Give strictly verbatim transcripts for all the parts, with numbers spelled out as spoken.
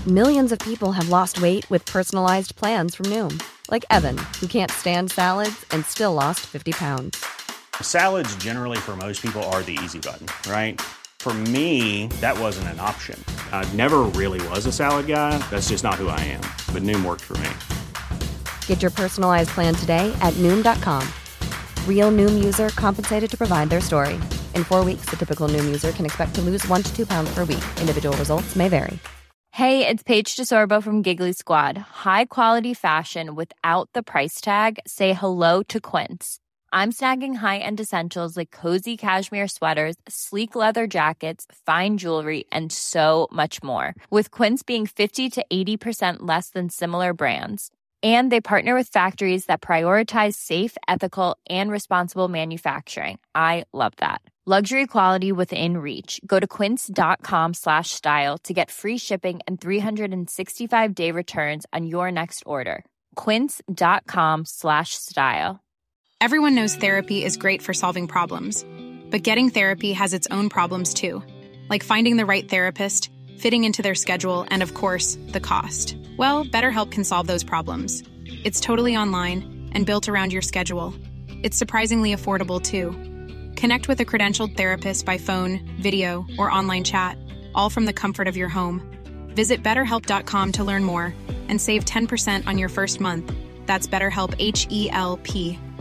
Millions of people have lost weight with personalized plans from Noom. Like Evan, who can't stand salads and still lost fifty pounds. Salads generally for most people are the easy button, right? For me, that wasn't an option. I never really was a salad guy. That's just not who I am. But Noom worked for me. Get your personalized plan today at Noom dot com. Real Noom user compensated to provide their story. In four weeks, the typical Noom user can expect to lose one to two pounds per week. Individual results may vary. Hey, it's Paige DeSorbo from Giggly Squad. High quality fashion without the price tag. Say hello to Quince. I'm snagging high-end essentials like cozy cashmere sweaters, sleek leather jackets, fine jewelry, and so much more. With Quince being fifty to eighty percent less than similar brands. And they partner with factories that prioritize safe, ethical, and responsible manufacturing. I love that. Luxury quality within reach. Go to quince.com slash style to get free shipping and three sixty-five day returns on your next order. Quince.com slash style. Everyone knows therapy is great for solving problems, but getting therapy has its own problems too, like finding the right therapist, fitting into their schedule, and of course, the cost. Well, BetterHelp can solve those problems. It's totally online and built around your schedule. It's surprisingly affordable too. Connect with a credentialed therapist by phone, video, or online chat, all from the comfort of your home. Visit better help dot com to learn more and save ten percent on your first month. That's BetterHelp, H E L P.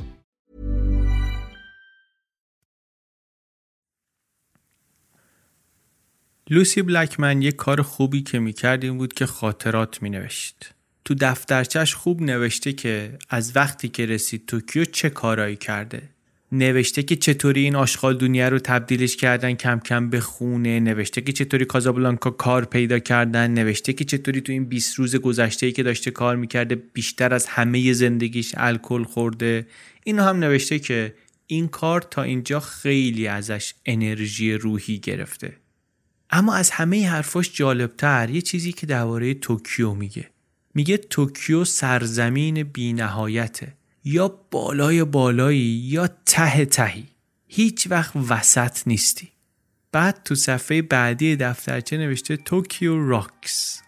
لوسی بلکمن یک کار خوبی که میکرد این بود که خاطرات مینوشت. تو دفترچش خوب نوشته که از وقتی که رسید توکیو چه کارایی کرده. نوشته که چطوری این آشغال دنیا رو تبدیلش کردن کم کم به خونه، نوشته که چطوری کازابلانکا کار پیدا کردن، نوشته که چطوری تو این بیست روز گذشته‌ای که داشته کار میکرده بیشتر از همه زندگیش الکل خورده. اینو هم نوشته که این کار تا اینجا خیلی ازش انرژی روحی گرفته. اما از همه حرفاش جالبتر یه چیزی که درباره توکیو میگه. میگه توکیو سرزمین بی نهایته. یا بالای بالایی یا ته تهی. هیچ وقت وسط نیستی. بعد تو صفحه بعدی دفترچه نوشته توکیو راکس.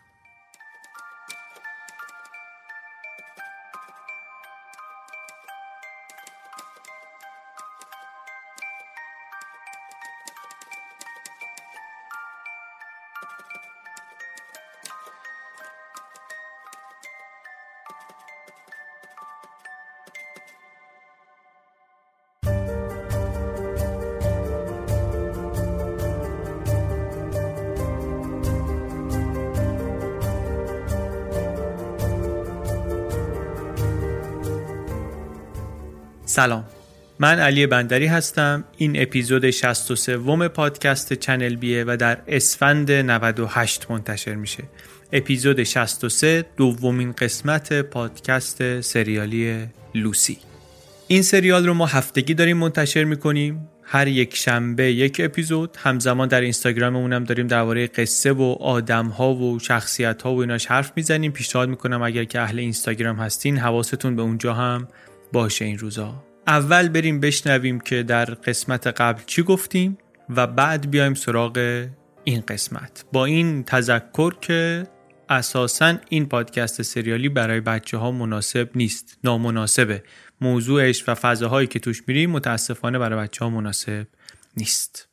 سلام، من علی بندری هستم. این اپیزود شصت و سه وم پادکست چنل بیه و در اسفند نود و هشت منتشر میشه. اپیزود شصت و سه دومین قسمت پادکست سریالی لوسی. این سریال رو ما هفتگی داریم منتشر میکنیم، هر یک شنبه یک اپیزود. همزمان در اینستاگراممون هم داریم درباره قصه و آدم‌ها و شخصیت‌ها و ایناش حرف میزنیم. پیشنهاد میکنم اگر که اهل اینستاگرام هستین حواستون به اونجا هم باشه این روزا. اول بریم بشنویم که در قسمت قبل چی گفتیم و بعد بیایم سراغ این قسمت، با این تذکر که اساساً این پادکست سریالی برای بچه ها مناسب نیست، نامناسبه. موضوعش و فضاهایی که توش میریم متاسفانه برای بچه ها مناسب نیست.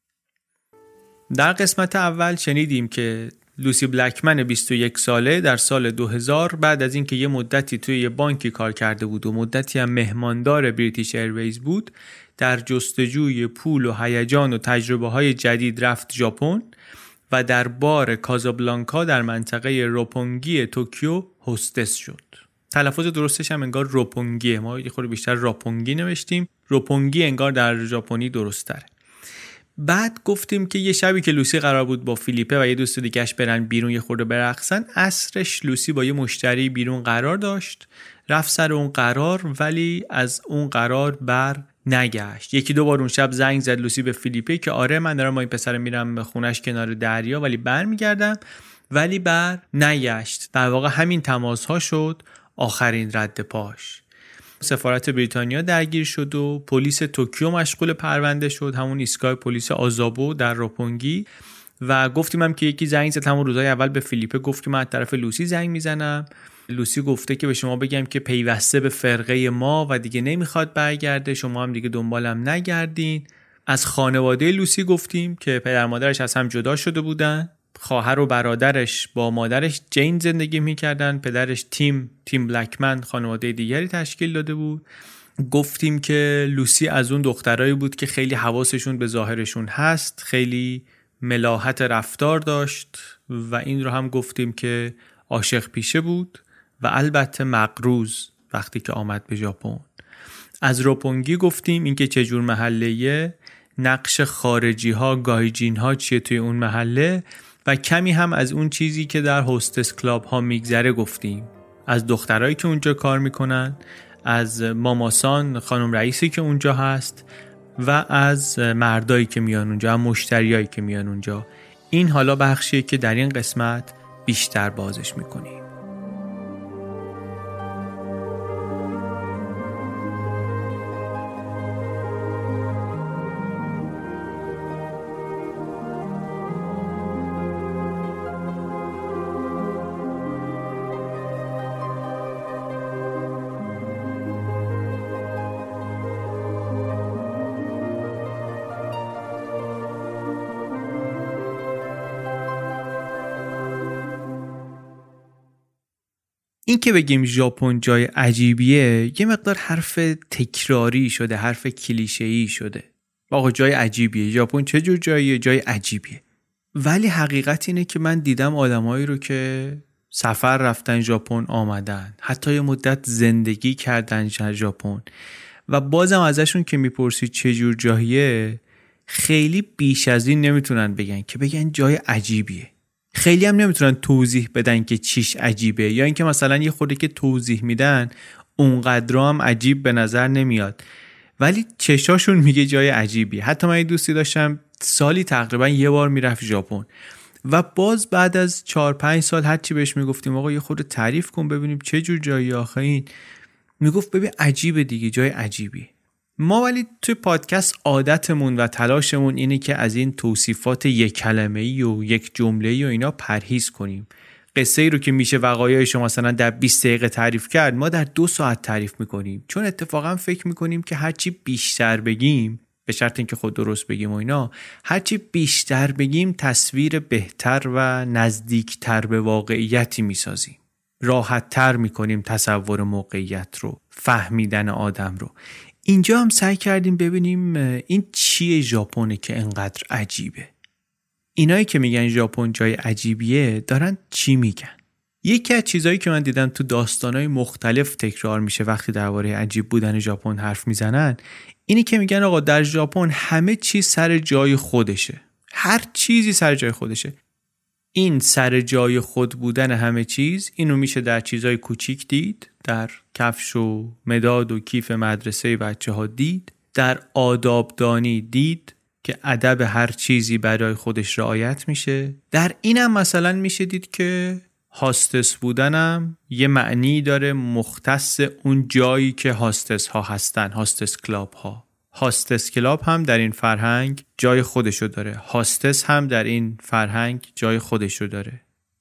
در قسمت اول شنیدیم که لوسی بلکمن بیست و یک ساله در سال دو هزار بعد از اینکه یه مدتی توی یه بانکی کار کرده بود و مدتی هم مهماندار بریتیش ایرویز بود، در جستجوی پول و هیجان و تجربه‌های جدید رفت ژاپن و در بار کازابلانکا در منطقه روپونگی توکیو هستس شد. تلفظ درستش هم انگار روپونگیه، ما یه خورده بیشتر راپونگی نوشتیم، روپونگی انگار در ژاپنی درست تره. بعد گفتیم که یه شبی که لوسی قرار بود با فیلیپه و یه دوست دیگه‌اش برن بیرون یه خورده برقصن، عصرش لوسی با یه مشتری بیرون قرار داشت، رفت سر اون قرار ولی از اون قرار بر نگشت. یکی دو بار اون شب زنگ زد لوسی به فیلیپه که آره من دارم با این پسر میرم به خونش کنار دریا ولی برمیگردم، ولی بر نگشت. در واقع همین تماس‌ها شد آخرین رد پاش. سفارت بریتانیا درگیر شد و پلیس توکیو مشغول پرونده شد، همون ایستگاه پلیس آزابو در روپونگی، و گفتیم هم که یکی زنگ زد همون روزای اول به فیلیپه، گفت که من از طرف لوسی زنگ میزنم. لوسی گفته که به شما بگم که پیوسته به فرقه ما و دیگه نمیخواد برگرده، شما هم دیگه دنبالم نگردین. از خانواده لوسی گفتیم که پدر مادرش از هم جدا شده بودن، خواهر و برادرش با مادرش جین زندگی میکردن، پدرش تیم تیم بلکمن خانواده دیگری تشکیل داده بود. گفتیم که لوسی از اون دخترایی بود که خیلی حواسشون به ظاهرشون هست، خیلی ملاحت رفتار داشت و این رو هم گفتیم که عاشق پیشه بود و البته مقروض وقتی که آمد به ژاپن. از روپونگی گفتیم اینکه چجور محله‌ایه، نقش خارجی ها گایجین ها چیه توی اون محله و کمی هم از اون چیزی که در هاستس کلاب ها میگذره گفتیم، از دخترایی که اونجا کار میکنن، از ماماسان خانم رئیسی که اونجا هست و از مردایی که میان اونجا، هم مشتریایی که میان اونجا. این حالا بخشیه که در این قسمت بیشتر بازش میکنیم. این که بگیم ژاپن جای عجیبیه یه مقدار حرف تکراری شده، حرف کلیشه‌ای شده. آقا جای عجیبیه، ژاپن چه جور جاییه؟ جای عجیبیه. ولی حقیقت اینه که من دیدم آدمایی رو که سفر رفتن ژاپن، آمدن، حتی یه مدت زندگی کردن در ژاپن و بازم ازشون که میپرسی چه جور جاییه، خیلی بیش از این نمیتونن بگن که بگن جای عجیبیه. خیلی هم نمیتونن توضیح بدن که چیش عجیبه، یا اینکه مثلا یه خورده که توضیح میدن اونقدر هم عجیب به نظر نمیاد ولی چشاشون میگه جای عجیبی. حتی من یه دوستی داشتم سالی تقریبا یه بار میرفت ژاپن و باز بعد از چهار پنج سال هرچی بهش میگفتیم آقا یه خورده تعریف کن ببینیم چه جور جایی آخه این، میگفت ببین عجیبه دیگه، جای عجیبی. ما ولی توی پادکست عادتمون و تلاشمون اینه که از این توصیفات یک کلمه‌ای و یک جمله‌ای و اینا پرهیز کنیم. قصه ای رو که میشه وقایع شما مثلا در بیست دقیقه تعریف کرد، ما در دو ساعت تعریف میکنیم، چون اتفاقا فکر میکنیم که هرچی بیشتر بگیم، به شرط اینکه خود درست بگیم و اینا، هرچی بیشتر بگیم تصویر بهتر و نزدیکتر به واقعیتی میسازیم، راحت‌تر میکنیم تصور موقعیت رو، فهمیدن آدم رو. اینجا هم سعی کردیم ببینیم این چیه ژاپنه که انقدر عجیبه. اینایی که میگن ژاپن جای عجیبیه دارن چی میگن؟ یکی از چیزایی که من دیدم تو داستانای مختلف تکرار میشه وقتی درباره عجیب بودن ژاپن حرف میزنن، اینی که میگن آقا در ژاپن همه چیز سر جای خودشه، هر چیزی سر جای خودشه. این سر جای خود بودن همه چیز، اینو میشه در چیزای کوچیک دید، در کفش و مداد و کیف مدرسه بچه ها دید، در آدابدانی دید که ادب هر چیزی برای خودش رعایت میشه. در اینم مثلا میشه دید که هاستس بودنم یه معنی داره مختص اون جایی که هاستس ها هستن، هاستس کلاب ها. هاستس کلاب هم در این فرهنگ جای خودشو داره، هاستس هم در این فرهنگ جای خودشو داره.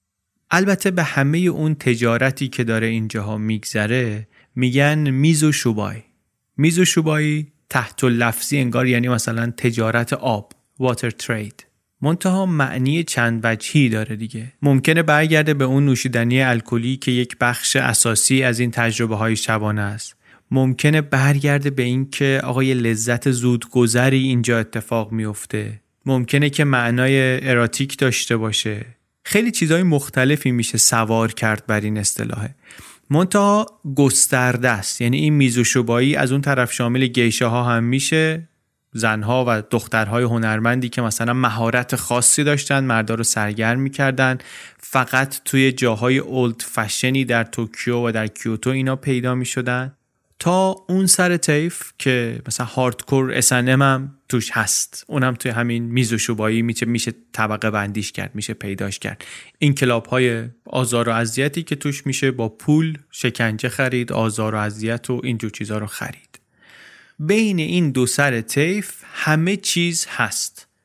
البته به همه اون تجارتی که داره اینجاها میگذره میگن میزو شوبای. میزو شوبای تحت لفظی انگار یعنی مثلا تجارت آب، واتر ترید. منتها معنی چند وجهی داره دیگه. ممکنه برگرده به اون نوشیدنی الکلی که یک بخش اساسی از این تجربه های شبانه است. ممکنه برگرده به این که آقا یه لذت زودگذری اینجا اتفاق میفته. ممکنه که معنای اراتیک داشته باشه. خیلی چیزهای مختلفی میشه سوار کرد بر این اصطلاحه. منتها گسترده است، یعنی این میزوشوبایی از اون طرف شامل گیشه ها هم میشه، زنها و دخترهای هنرمندی که مثلا مهارت خاصی داشتن، مردا رو سرگرم میکردن، فقط توی جاهای اولد فشنی در توکیو و در کیوتو اینا پیدا میشدن، تا اون سر طیف که مثلا هاردکور اس ان ام هم توش هست، اونم توی همین میزوشوبایی میشه میشه طبقه بندیش کرد، میشه پیداش کرد. این کلاب های آزار و اذیتی که توش میشه با پول شکنجه خرید، آزار و اذیت و اینجور چیزا رو خرید. بین این دو سر طیف همه چیز هست،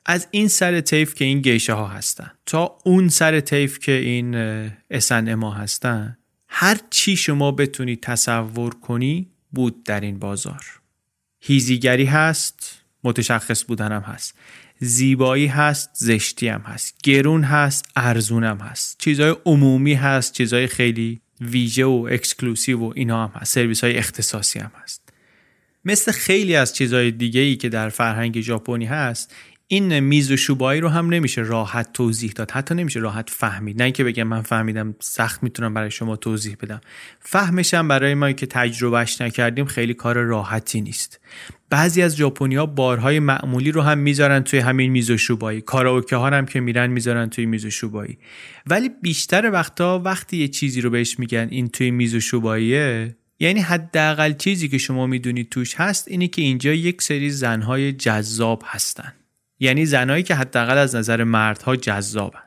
از این سر طیف که این گیشه ها هستن تا اون سر طیف که این اسن اما هستن، هر چی شما بتونی تصور کنی بود در این بازار. هیزیگری هست، متشخص بودن هم هست، زیبایی هست، زشتی هم هست، گرون هست، ارزون هم هست، چیزهای عمومی هست، چیزهای خیلی ویژه و اکسکلوسیو و اینا هم هست، سرویس های اختصاصی هم هست. مثل خیلی از چیزهای دیگه‌ای که در فرهنگ ژاپنی هست، این میز و شوبایی رو هم نمیشه راحت توضیح داد، حتی نمیشه راحت فهمید. نه اینکه بگم من فهمیدم، سخت میتونم برای شما توضیح بدم. فهمش هم برای ما که تجربهش نکردیم خیلی کار راحتی نیست. بعضی از ژاپنی‌ها بارهای معمولی رو هم میذارن توی همین میز و شوبایی، کاراوکه ها هم که میرن میذارن توی میز و شوبایی. ولی بیشتر وقتا وقتی یه چیزی رو بهش میگن این توی میز و شوباییه، یعنی حداقل چیزی که شما میدونید توش هست اینه که اینجا یک سری زنهای جذاب هستن. یعنی زنایی که حداقل از نظر مردها جذابن.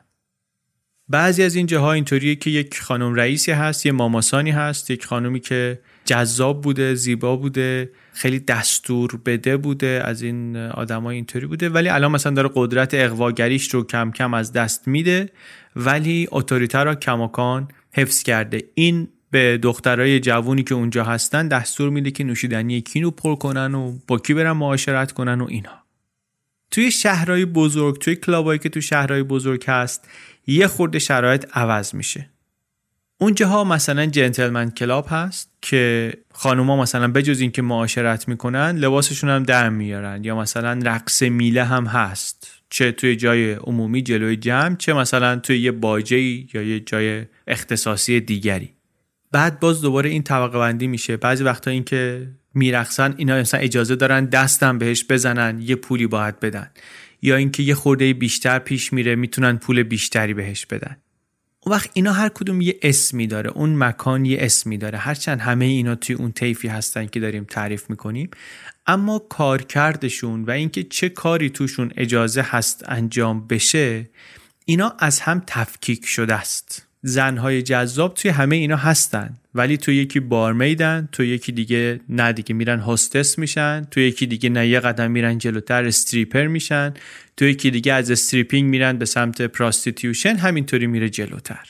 بعضی از این جاها اینطوریه که یک خانم رئیسی هست، یه ماماسانی هست، یک خانومی که جذاب بوده، زیبا بوده، خیلی دستور بده بوده، از این آدمای اینطوری بوده، ولی الان مثلا داره قدرت اغواگریش رو کم کم از دست میده، ولی اتوریته رو کماکان حفظ کرده. این به دخترای جوونی که اونجا هستن دستور میده که نوشیدنی کینو پر کنن و با کی برن معاشرت کنن و اینها. توی شهرهای بزرگ، توی کلابایی که توی شهرهای بزرگ هست، یه خورده شرایط عوض میشه. اونجاها مثلا جنتلمن کلاب هست که خانوما مثلا بجز این که معاشرت میکنن لباسشون هم در میارن، یا مثلا رقص میله هم هست، چه توی جای عمومی جلوی جمع، چه مثلا توی یه باجه‌ای یا یه جای اختصاصی دیگری. بعد باز دوباره این طبقه بندی میشه. بعضی وقتا این که میرقصن اینا مثلا اجازه دارن دستم بهش بزنن، یه پولی باید بدن، یا اینکه یه خورده بیشتر پیش میره میتونن پول بیشتری بهش بدن. اون وقت اینا هر کدوم یه اسمی داره، اون مکان یه اسمی داره، هرچند همه اینا توی اون طیفی هستن که داریم تعریف میکنیم، اما کارکردشون و اینکه چه کاری توشون اجازه هست انجام بشه اینا از هم تفکیک شده است. زنهای جذاب توی همه اینا هستن، ولی توی یکی بارمیدن، توی یکی دیگه نه دیگه میرن هاستس میشن، توی یکی دیگه نه یه قدم میرن جلوتر استریپر میشن، توی یکی دیگه از استریپینگ میرن به سمت پراستیتیوشن، همینطوری میره جلوتر.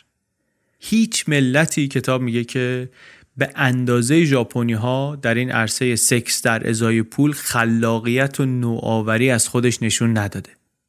هیچ ملتی کتاب میگه که به اندازه ژاپنی ها در این عرصه سکس در ازای پول خلاقیت و نوآوری از خودش نشون نداده.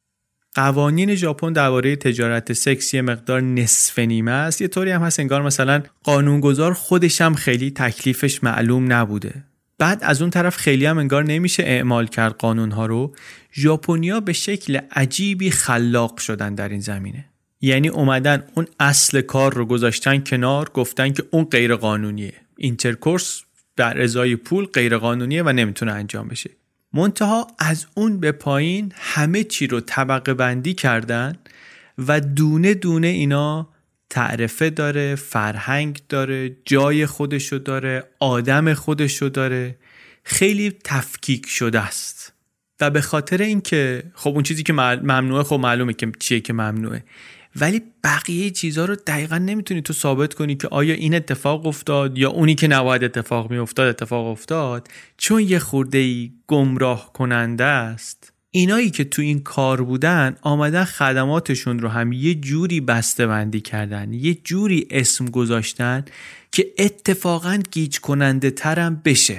قوانین ژاپن درباره تجارت سکس یه مقدار نصف نیمه است. یه طوری هم هست انگار مثلا قانونگذار خودش هم خیلی تکلیفش معلوم نبوده. بعد از اون طرف خیلی هم انگار نمیشه اعمال کرد قانونها رو. ژاپنیا به شکل عجیبی خلاق شدن در این زمینه. یعنی اومدن اون اصل کار رو گذاشتن کنار، گفتن که اون غیر قانونیه. اینترکورس در ازای پول غیر قانونیه و نمیتونه انجام بشه. منتها از اون به پایین همه چی رو طبقه بندی کردن و دونه دونه اینا تعرفه داره، فرهنگ داره، جای خودشو داره، آدم خودشو داره، خیلی تفکیک شده است. و به خاطر این که خب اون چیزی که ممنوعه خب معلومه که چیه که ممنوعه، ولی بقیه چیزها رو دقیقا نمیتونی تو ثابت کنی که آیا این اتفاق افتاد یا اونی که نباید اتفاق میافتاد اتفاق افتاد، چون یه خورده‌ای گمراه کننده است. اینایی که تو این کار بودن آمدن خدماتشون رو هم یه جوری بسته بندی کردن، یه جوری اسم گذاشتن که اتفاقا گیج کننده تر هم بشه،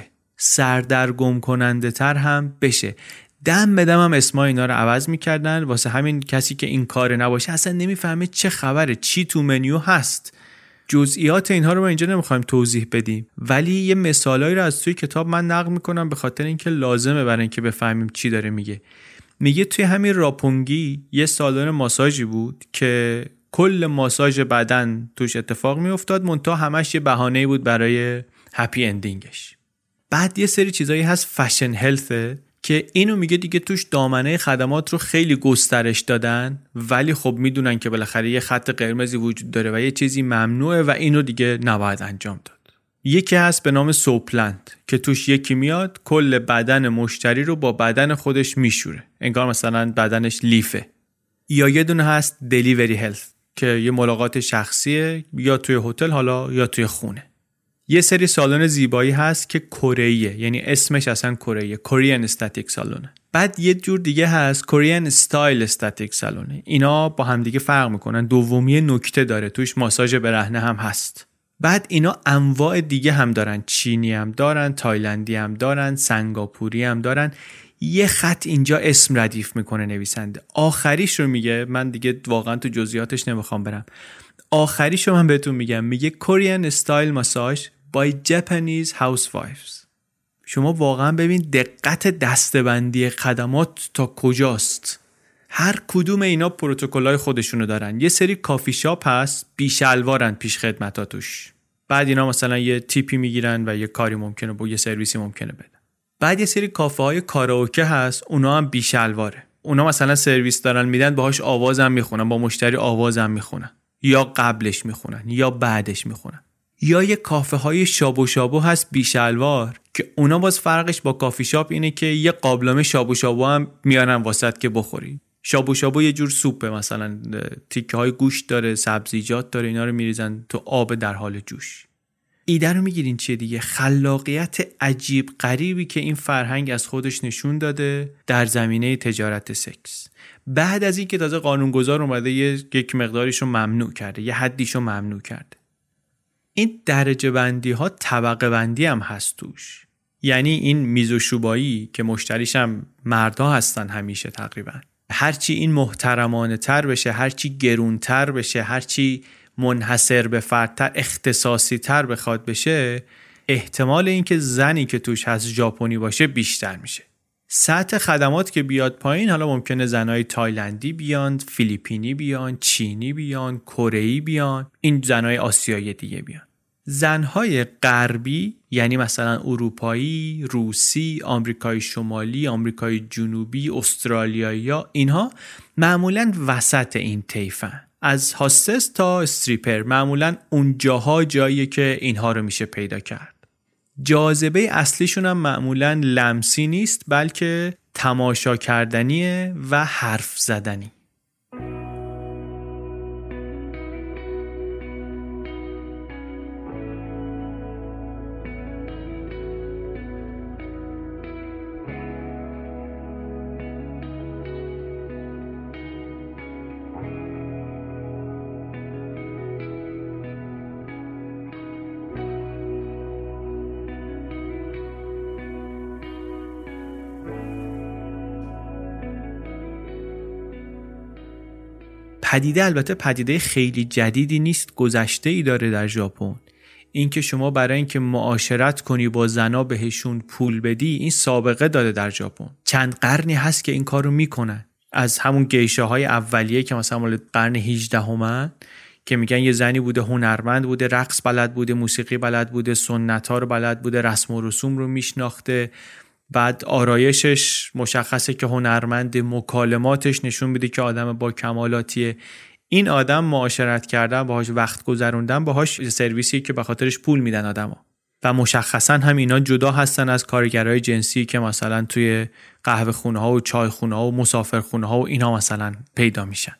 سردرگم کننده تر هم بشه. دم به دم هم اسمای اینا رو عوض میکردن، واسه همین کسی که این کار نباشه اصلا نمیفهمه چه خبره، چی تو منیو هست. جزئیات اینها رو ما اینجا نمیخوایم توضیح بدیم، ولی یه مثالایی رو از توی کتاب من نقل میکنم به خاطر اینکه لازمه برای اینکه بفهمیم چی داره میگه. میگه توی همین راپونگی یه سالن ماساژی بود که کل ماساژ بدن توش اتفاق میافتاد، منتها همش یه بهانه‌ای بود برای هپی اندینگش. بعد یه سری چیزایی هست فشن هلثه که اینو میگه دیگه توش دامنه خدمات رو خیلی گسترش دادن، ولی خب میدونن که بالاخره یه خط قرمزی وجود داره و یه چیزی ممنوعه و اینو دیگه نباید انجام داد. یکی هست به نام سوپلنت که توش یکی میاد کل بدن مشتری رو با بدن خودش میشوره، انگار مثلا بدنش لیفه. یا یه دونه هست دلیوری هلث که یه ملاقات شخصیه، یا توی هتل حالا یا توی خونه. یه سری سالن زیبایی هست که کره‌ایه، یعنی اسمش اصلا کره‌ایه، کورین استاتیک سالونه. بعد یه جور دیگه هست کورین استایل استاتیک سالونه. اینا با هم دیگه فرق میکنن. دومی نکته داره، توش ماساژ برهنه هم هست. بعد اینا انواع دیگه هم دارن، چینی هم دارن، تایلندی هم دارن، سنگاپوری هم دارن. یه خط اینجا اسم ردیف میکنه نویسنده، آخریش رو میگه، من دیگه واقعا تو جزئیاتش نمیخوام برم، آخریش رو من بهتون میگم، میگه Korean style massage by Japanese housewives. شما واقعا ببین دقت دستبندی خدمات تا کجاست. هر کدوم اینا پروتکل‌های خودشونو دارن. یه سری کافی شاپ هست بیشلوارن پیش خدمتاتوش، بعد اینا مثلا یه تیپی میگیرن و یه کاری ممکنه با یه سرویسی ممکنه بدن. بعد یه سری کافه های کاراوکه هست، اونا هم بیشلواره، اونا مثلا سرویس دارن میدن، باهاش آوازم میخونن، با مشتری آوازم میخونن، یا قبلش میخونن یا بعدش میخونن. یا یه کافه های شابو شابو هست بیشلوار که اونا باز فرقش با کافی شاپ اینه که یه قابلمه شابو شابو هم میارن واسط که بخوری. شابو شابو یه جور سوپه، مثلا تیکه های گوشت داره، سبزیجات داره، اینا رو میریزن تو آب در حال جوش. ایده رو میگیرین چیه دیگه؟ خلاقیت عجیب غریبی که این فرهنگ از خودش نشون داده در زمینه تجارت سکس. بعد از این که تازه قانونگذار اومده یک مقداریشو ممنوع کرده، یه حدیشو ممنوع کرده. این درجه بندی ها طبقه بندی هم هست توش. یعنی این میزوشوبایی که مشتریش هم مردها هستن همیشه تقریبا، هرچی این محترمانه تر بشه، هرچی گرون تر بشه، هرچی منحصر به فردتر، اختصاصی تر بخواد بشه، احتمال اینکه زنی که توش هست ژاپنی باشه بیشتر میشه. سطح خدمات که بیاد پایین، حالا ممکنه زنای تایلندی بیان، فیلیپینی بیان، چینی بیان، کره‌ای بیان، این زنای آسیایی دیگه بیان. زنهای غربی یعنی مثلا اروپایی، روسی، آمریکای شمالی، آمریکای جنوبی، استرالیایی، اینها معمولاً وسط این طیفن. از هاستس تا استریپر معمولاً اونجاها جاییه که اینها رو میشه پیدا کرد. جاذبه اصلیشون هم معمولاً لمسی نیست، بلکه تماشا کردنیه و حرف زدنی. پدیده البته پدیده خیلی جدیدی نیست، گذشته ای داره در ژاپن. این که شما برای اینکه معاشرت کنی با زنا بهشون پول بدی، این سابقه داره در ژاپن. چند قرنی هست که این کارو میکنن. از همون گیشه‌های اولیه که مثلا مال قرن هجدهم که میگن یه زنی بوده، هنرمند بوده، رقص بلد بوده، موسیقی بلد بوده، سنت‌ها رو بلد بوده، رسم و رسوم رو میشناخته، بعد آرایشش مشخصه که هنرمند، مکالماتش نشون میده که آدم با کمالاتیه. این آدم معاشرت کردن باهاش، وقت گذروندن باهاش، سرویسی که به خاطرش پول میدن آدما. و مشخصا هم اینا جدا هستن از کارگرای جنسی که مثلا توی قهوه خونه ها و چای خونه ها و مسافر خونه ها و اینا مثلا پیدا میشن.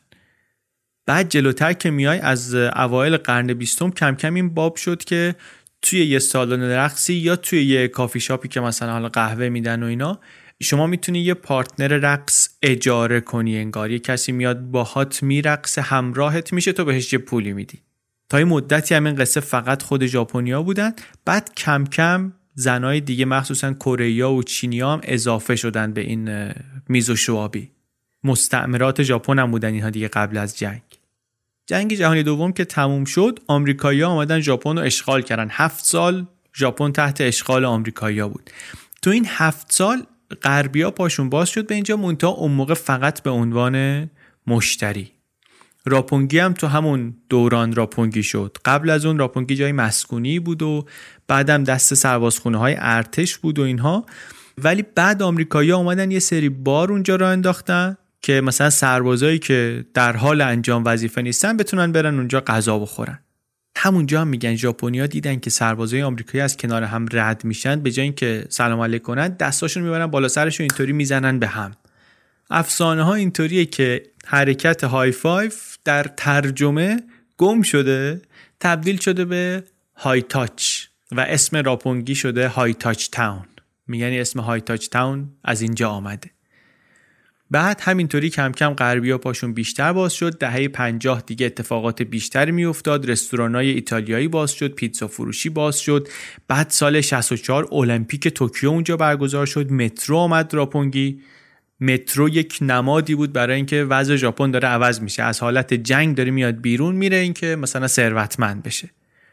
بعد جلوتر که میای از اوایل قرن بیستم کم کم این باب شد که توی یه سالن رقصی یا توی یه کافی شاپی که مثلا حالا قهوه میدن و اینا، شما میتونی یه پارتنر رقص اجاره کنی، انگار یه کسی میاد باهات میرقصه، همراهت میشه، تو بهش یه پولی میدی. تا این مدتی هم این قصه فقط خود ژاپنیا بودن. بعد کم کم زنای دیگه مخصوصا کره‌ای‌ها و چینی‌ها هم اضافه شدن به این میزوشوابی. مستعمرات ژاپن هم بودن اینها دیگه قبل از جنگ. جنگ جهانی دوم که تموم شد، آمریکایی‌ها اومدن ژاپن رو اشغال کردن. هفت سال ژاپن تحت اشغال آمریکایی‌ها بود. تو این هفت سال غربی‌ها پاشون باز شد به اینجا، منتها اون موقع فقط به عنوان مشتری. راپونگی هم تو همون دوران راپونگی شد. قبل از اون راپونگی جای مسکونی بود و بعدم دست سربازخونه‌های ارتش بود و اینها. ولی بعد آمریکایی‌ها اومدن یه سری بار اونجا راه انداختن که مثلا سربازایی که در حال انجام وظیفه نیستن بتونن برن اونجا غذا بخورن. همونجا هم میگن ژاپنی‌ها دیدن که سربازای آمریکایی از کنار هم رد میشن، به جای اینکه سلام علیک کنن دستاشون میبرن بالا سرشون اینطوری میزنن به هم. افسانه ها اینطوریه که حرکت های فایو در ترجمه گم شده، تبدیل شده به های تاچ. و اسم راپونگی شده های تاچ تاون. میگن اسم های تاچ تاون از اینجا آمده. بعد همینطوری کم کم غربی‌ها پاشون بیشتر باز شد. دهه پنجاه دیگه اتفاقات بیشتری میافتاد. رستوران‌های ایتالیایی باز شد، پیتزا فروشی باز شد. بعد سال شصت و چهار المپیک توکیو اونجا برگزار شد. مترو آمد راپونگی. مترو یک نمادی بود برای اینکه وضع ژاپن داره عوض میشه، از حالت جنگ داره میاد بیرون میره اینکه مثلا ثروتمند بشه.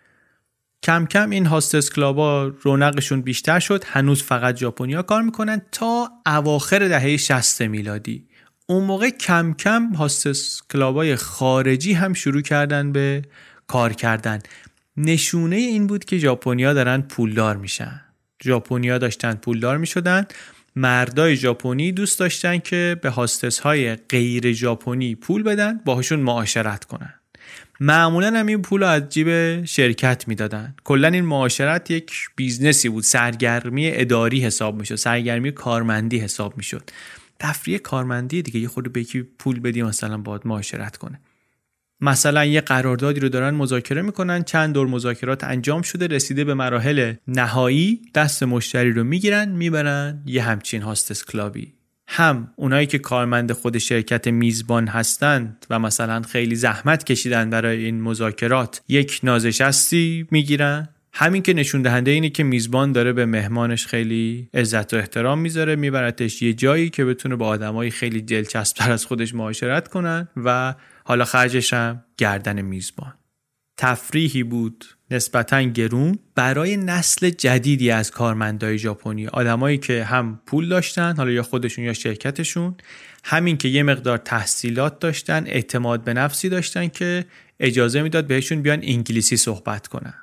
کم کم این هاستس کلابا رونقشون بیشتر شد. هنوز فقط ژاپنیا کار میکنن تا اواخر دهه شصت میلادی. اون موقع کم کم هاستس کلابای خارجی هم شروع کردن به کار کردن. نشونه این بود که ژاپنیا دارن پولدار میشن. ژاپنیا داشتن پولدار میشدن. مردای ژاپنی دوست داشتن که به هاستس های غیر ژاپنی پول بدن، باهاشون معاشرت کنن. معمولا هم این پول رو از جیب شرکت میدادن. کلا این معاشرت یک بیزنسی بود، سرگرمی اداری حساب میشد، سرگرمی کارمندی حساب میشد. تفریح کارمندی دیگه، یه خورده به یکی پول بدی مثلا باهات معاشرت کنه. مثلا یه قراردادی رو دارن مذاکره میکنن، چند دور مذاکرات انجام شده، رسیده به مراحل نهایی، دست مشتری رو میگیرن میبرن یه همچین هاستس کلابی. هم اونایی که کارمند خود شرکت میزبان هستند و مثلا خیلی زحمت کشیدن برای این مذاکرات یک نازشستی میگیرن، همین که نشون دهنده اینه که میزبان داره به مهمانش خیلی عزت و احترام میذاره، میبرتش یه جایی که بتونه با آدمای خیلی دلچسب‌تر از خودش معاشرت کنن و حالا خرجش هم گردن میزبان. تفریحی بود نسبتاً گرون برای نسل جدیدی از کارمندای ژاپنی، آدمایی که هم پول داشتن، حالا یا خودشون یا شرکتشون، همین که یه مقدار تحصیلات داشتن، اعتماد به نفسی داشتن که اجازه میداد بهشون بیان انگلیسی صحبت کنن.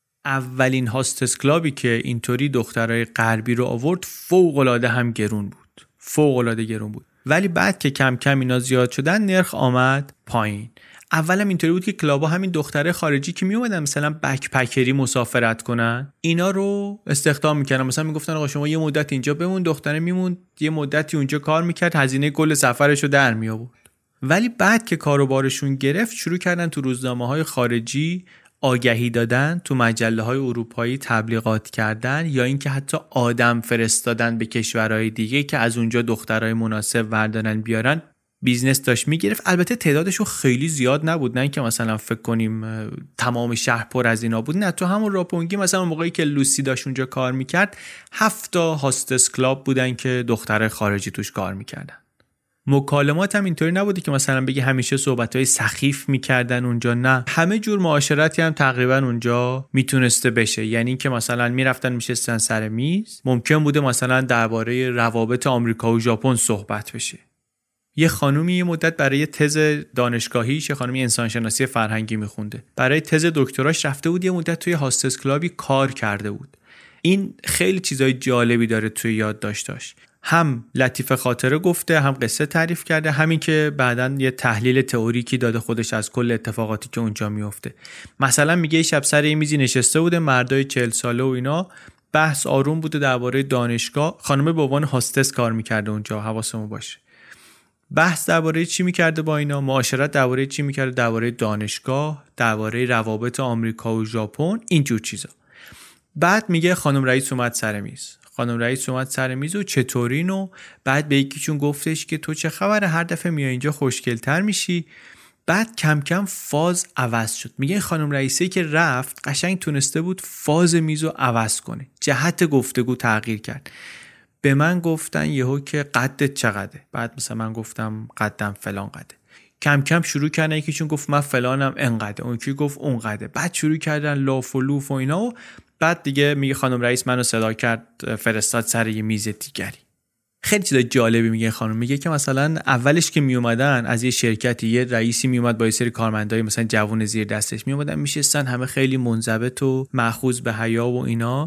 اولین هاستس کلابی که اینطوری دخترای غربی رو آورد فوق‌العاده هم گرون بود. فوق‌العاده گرون بود. ولی بعد که کم کم اینا زیاد شدن نرخ آمد پایین. اولم اینطوری بود که کلابا همین دختره خارجی که می اومدن مثلا بکپکری مسافرت کنن اینا رو استخدام میکردن. مثلا میگفتن آقا شما یه مدت اینجا بمون، دختره میموند یه مدتی اونجا کار میکرد، هزینه کل سفرشو در می آورد. ولی بعد که کاروبارشون گرفت شروع کردن تو روزنامه‌های خارجی آگهی دادن، تو مجله‌های اروپایی تبلیغات کردن، یا اینکه حتی آدم فرستادن به کشورهای دیگه که از اونجا دخترای مناسب وردارن بیارن. بیزنس داشت میگرفت. البته تعدادشون خیلی زیاد نبود، نه اینکه مثلا فکر کنیم تمام شهر پر از اینا بود، نه. تو همون راپونگی مثلا موقعی که لوسی داشت اونجا کار میکرد هفت تا هاستس کلاب بودن که دخترای خارجی توش کار میکردن. مکالمات هم اینطوری نبودی که مثلا بگی همیشه صحبت‌های سخیف میکردن اونجا، نه، همه جور معاشرتی هم تقریبا اونجا میتونسته بشه. یعنی که مثلا میرفتن میشستن سر میز، ممکن بوده مثلا درباره روابط آمریکا و ژاپن صحبت بشه. یه خانومی یه مدت برای تز دانشگاهیش، یه خانومی انسانشناسی فرهنگی میخونده، برای تز دکتراش رفته بود یه مدت توی هاستس کلابی کار کرده بود. این خیلی چیزای جالبی داره توی یادداشتاش، هم لطیفه خاطره گفته، هم قصه تعریف کرده، همین که بعداً یه تحلیل تئوریکی داده خودش از کل اتفاقاتی که اونجا میفته. مثلا میگه شب سر یه میزی نشسته بوده مردای چهل ساله و اینا، بحث آروم بوده درباره دانشگاه. خانم به عنوان هاستس کار میکرده اونجا، حواسمون باشه. بحث درباره چی میکرده با اینا؟ معاشرت درباره چی میکرده؟ درباره دانشگاه، درباره روابط آمریکا و ژاپن، اینجور چیزا. بعد میگه خانم رئیس اومد سر میز. خانم رئیس اومد سر میز و چطورین؟ و بعد به یکیشون گفتش که تو چه خبره، هر دفعه میای اینجا خوشگل‌تر میشی. بعد کم کم فاز عوض شد. میگه خانم رئیسی که رفت قشنگ تونسته بود فاز میزو عوض کنه، جهت گفتگو تغییر کرد. به من گفتن یهو که قدت چقدره، بعد مثلا من گفتم قدم فلان قده. کم کم شروع کردن، یکیشون گفت من فلانم انقدر، اون کی گفت اونقدر. بعد شروع کردن لاف و لوف و اینا. و بعد دیگه میگه خانم رئیس منو صدا کرد، فرستاد سر یه میز دیگری. خیلی چیز جالبی میگه خانم. میگه که مثلا اولش که می اومدن از یه شرکتی، یه رئیسی می اومد با یه سری کارمندای مثلا جوون زیر دستش می اومدن میشستن، همه خیلی منضبط و مأخوذ به حیا و اینا.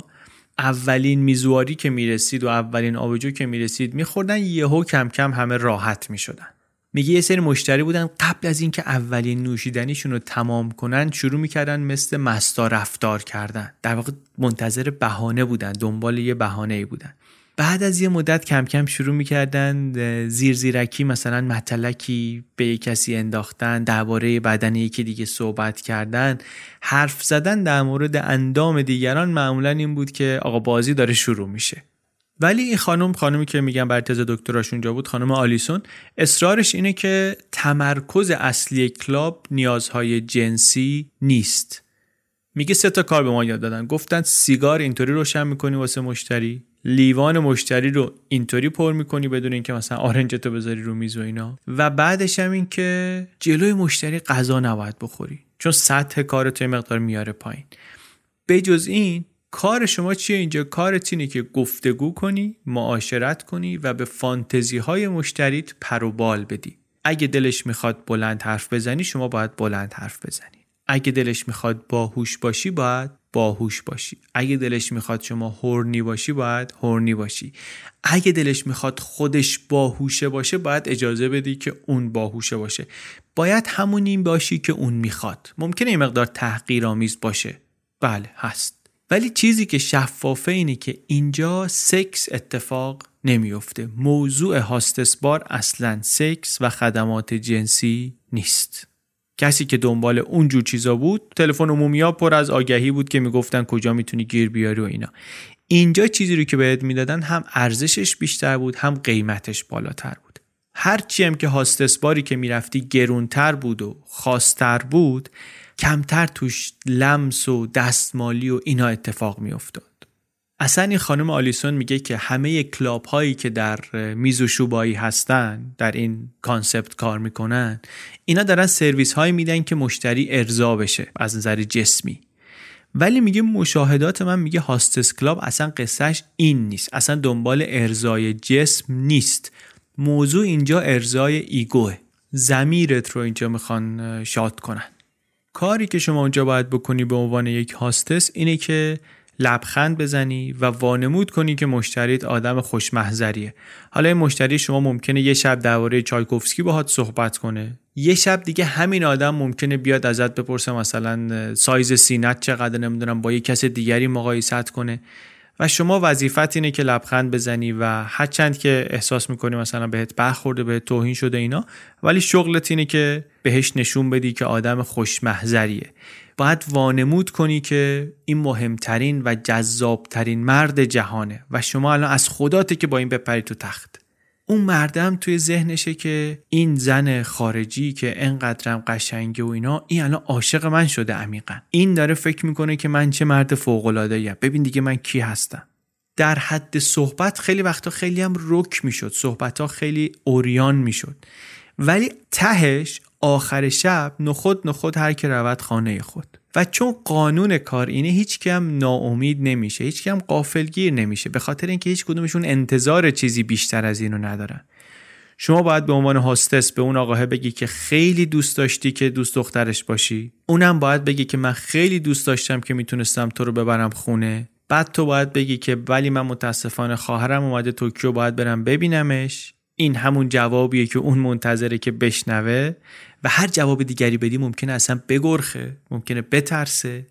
اولین میزواری که میرسید و اولین آبجو که میرسید میخوردن، یهو کم کم همه راحت میشدن. میگه یه سری مشتری بودن قبل از اینکه اولین نوشیدنیشون رو تمام کنن شروع میکردن مثل مستا رفتار کردن، در واقع منتظر بهانه بودن، دنبال یه بهانه‌ای بودن. بعد از یه مدت کم کم شروع میکردن زیر زیرکی مثلا مطلقی به یک کسی انداختن، درباره بدن یکی دیگه صحبت کردن، حرف زدن در مورد اندام دیگران معمولا این بود که آقا بازی داره شروع میشه. ولی این خانم خانمی که میگم بر تز دکتراش اونجا بود، خانم آلیسون، اصرارش اینه که تمرکز اصلی کلاب نیازهای جنسی نیست. میگه سه تا کار به ما یاد دادن. گفتن سیگار اینطوری روشن میکنی واسه مشتری، لیوان مشتری رو اینطوری پر میکنی بدون اینکه مثلا آرنجتو بذاری رو میز و اینا، و بعدش هم این که جلوی مشتری غذا نباید بخوری چون سطح کارت یه مقدار میاره پایین. بجز این کار شما چیه اینجا؟ کارت اینه که گفتگو کنی، معاشرت کنی و به فانتزی های مشتریت پر و بال بدی. اگه دلش میخواد بلند حرف بزنی شما باید بلند حرف بزنی. اگه دلش میخواد باهوش باشی باید باهوش باشی. اگه دلش میخواد شما هورنی باشی باید هورنی باشی. اگه دلش میخواد خودش باهوشه باشه باید اجازه بدی که اون باهوشه باشه. باید همونی باشی که اون میخواد. ممکنه این مقدار تحقیرآمیز باشه، بله هست، ولی چیزی که شفافه اینه که اینجا سکس اتفاق نمیفته. موضوع هاستس بار اصلا سکس و خدمات جنسی نیست. کسی که دنبال اون جور چیزا بود، تلفن عمومی‌ها پر از آگهی بود که میگفتن کجا میتونی گیر بیاری و اینا. اینجا چیزی رو که بهت میدادن هم ارزشش بیشتر بود هم قیمتش بالاتر بود. هر چی هم که هاستس باری که میرفتی گرونتر بود و خاصتر بود، کمتر توش لمس و دستمالی و اینا اتفاق میافتاد. اصلا این خانم آلیسون میگه که همه کلاب هایی که در میز و شوبایی هستن، در این کانسپت کار میکنن، اینا دارن سرویس هایی میدن که مشتری ارضا بشه از نظر جسمی. ولی میگه مشاهدات من میگه هاستس کلاب اصلا قصهش این نیست، اصلا دنبال ارضای جسم نیست. موضوع اینجا ارضای ایگوه، ضمیرت رو اینجا میخوان شاد کنن. کاری که شما اونجا باید بکنی به عنوان یک هاستس اینه که لبخند بزنی و وانمود کنی که مشتریت آدم خوشمحضریه. حالا این مشتری شما ممکنه یه شب درباره چایکوفسکی باهات صحبت کنه، یه شب دیگه همین آدم ممکنه بیاد ازت بپرسه مثلا سایز سینت چقدر، نمیدونم با یه کس دیگری مقایست کنه، و شما وظیفت اینه که لبخند بزنی و هرچند که احساس میکنی مثلا بهت برخورده، بهت توهین شده اینا، ولی شغلت اینه که بهش نشون بدی که آدم خوشمحضریه. باید وانمود کنی که این مهمترین و جذابترین مرد جهانه و شما الان از خداته که با این بپری تو تخت. اون مردم توی ذهنشه که این زن خارجی که انقدرم قشنگه و اینا، این الان عاشق من شده عمیقا. این داره فکر میکنه که من چه مرد فوق‌العاده‌ایم، ببین دیگه من کی هستم. در حد صحبت خیلی وقتا خیلی هم رک میشد، صحبت‌ها خیلی اوریان میشد، ولی تهش آخر شب نخود نخود هر که رود خانه خود. و چون قانون کار اینه، هیچ کم ناامید نمیشه، هیچ کم غافلگیر نمیشه، به خاطر اینکه هیچ کدومشون انتظار چیزی بیشتر از اینو ندارن. شما باید به عنوان هاستس به اون آقاه بگی که خیلی دوست داشتی که دوست دخترش باشی، اونم باید بگی که من خیلی دوست داشتم که میتونستم تو رو ببرم خونه. بعد تو باید بگی که ولی من متاسفانه خواهرم اومده توکیو، باید برم ببینمش. این همون جوابیه که اون منتظره که بشنوه، و هر جواب دیگری بدی ممکنه اصلا بگرخه، ممکنه بترسه.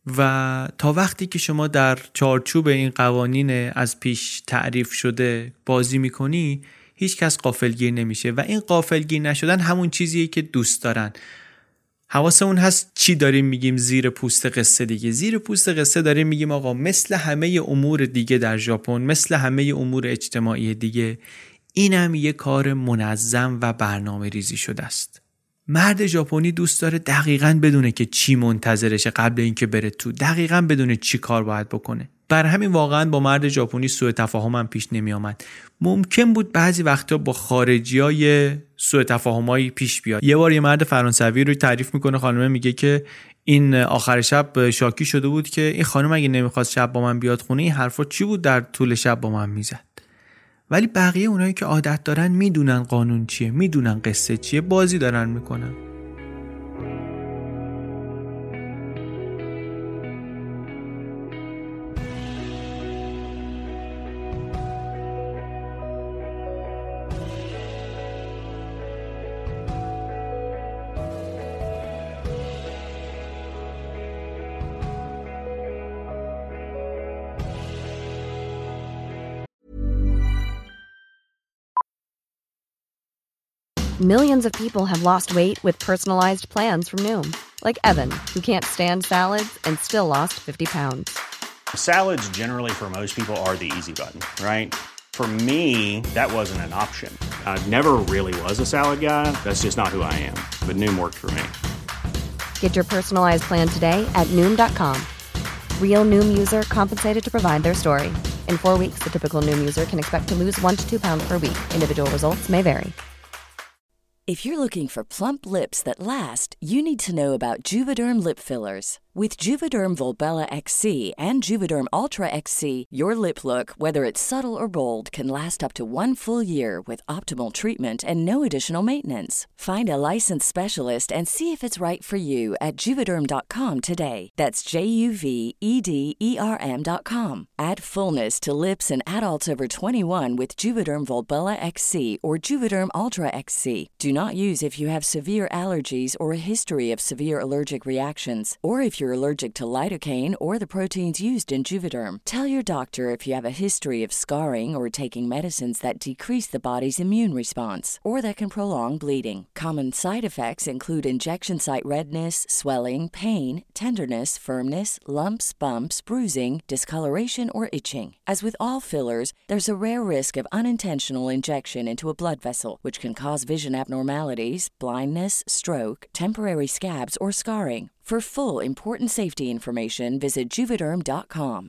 و تا وقتی که شما در چارچوب این قوانین از پیش تعریف شده بازی میکنی، هیچ کس غافلگیر نمیشه. و این غافلگیر نشدن همون چیزیه که دوست دارن. حواسمون هست چی داریم میگیم زیر پوست قصه دیگه. زیر پوست قصه داریم میگیم آقا مثل همه امور دیگه در ژاپن، مثل همه امور اجتماعی دیگه، اینم یه کار منظم و برنامه ریزی شده است. مرد ژاپنی دوست داره دقیقاً بدونه که چی منتظرشه قبل اینکه بره تو، دقیقاً بدونه چی کار باید بکنه. بر همین واقعاً با مرد ژاپنی سوء تفاهم هم پیش نمی آمد. ممکن بود بعضی وقتا با خارجیای سوء تفاهمایی پیش بیاد. یه بار یه مرد فرانسوی رو تعریف میکنه، خانم میگه که این آخر شب شاکی شده بود که این خانم اگه نمیخواست شب با من بیاد خونه، این حرفا چی بود در طول شب با من میزد. ولی بقیه اونایی که عادت دارن میدونن قانون چیه، میدونن قصه چیه، بازی دارن میکنن. Millions of people have lost weight with personalized plans from Noom. Like Evan, who can't stand salads and still lost fifty pounds. Salads generally for most people are the easy button, right? For me, that wasn't an option. I never really was a salad guy. That's just not who I am. But Noom worked for me. Get your personalized plan today at Noom dot com. Real Noom user compensated to provide their story. In four weeks, the typical Noom user can expect to lose one to two pounds per week. Individual results may vary. If you're looking for plump lips that last, you need to know about Juvederm lip fillers. With Juvederm Volbella X C and Juvederm Ultra X C, your lip look, whether it's subtle or bold, can last up to one full year with optimal treatment and no additional maintenance. Find a licensed specialist and see if it's right for you at Juvederm dot com today. That's J U V E D E R M dot com. Add fullness to lips in adults over twenty-one with Juvederm Volbella X C or Juvederm Ultra X C. Do not use if you have severe allergies or a history of severe allergic reactions, or if you're allergic to lidocaine or the proteins used in Juvederm. Tell your doctor if you have a history of scarring or taking medicines that decrease the body's immune response or that can prolong bleeding. Common side effects include injection site redness, swelling, pain, tenderness, firmness, lumps, bumps, bruising, discoloration, or itching. As with all fillers, there's a rare risk of unintentional injection into a blood vessel, which can cause vision abnormalities, blindness, stroke, temporary scabs, or scarring. For full important safety information, visit Juvederm dot com.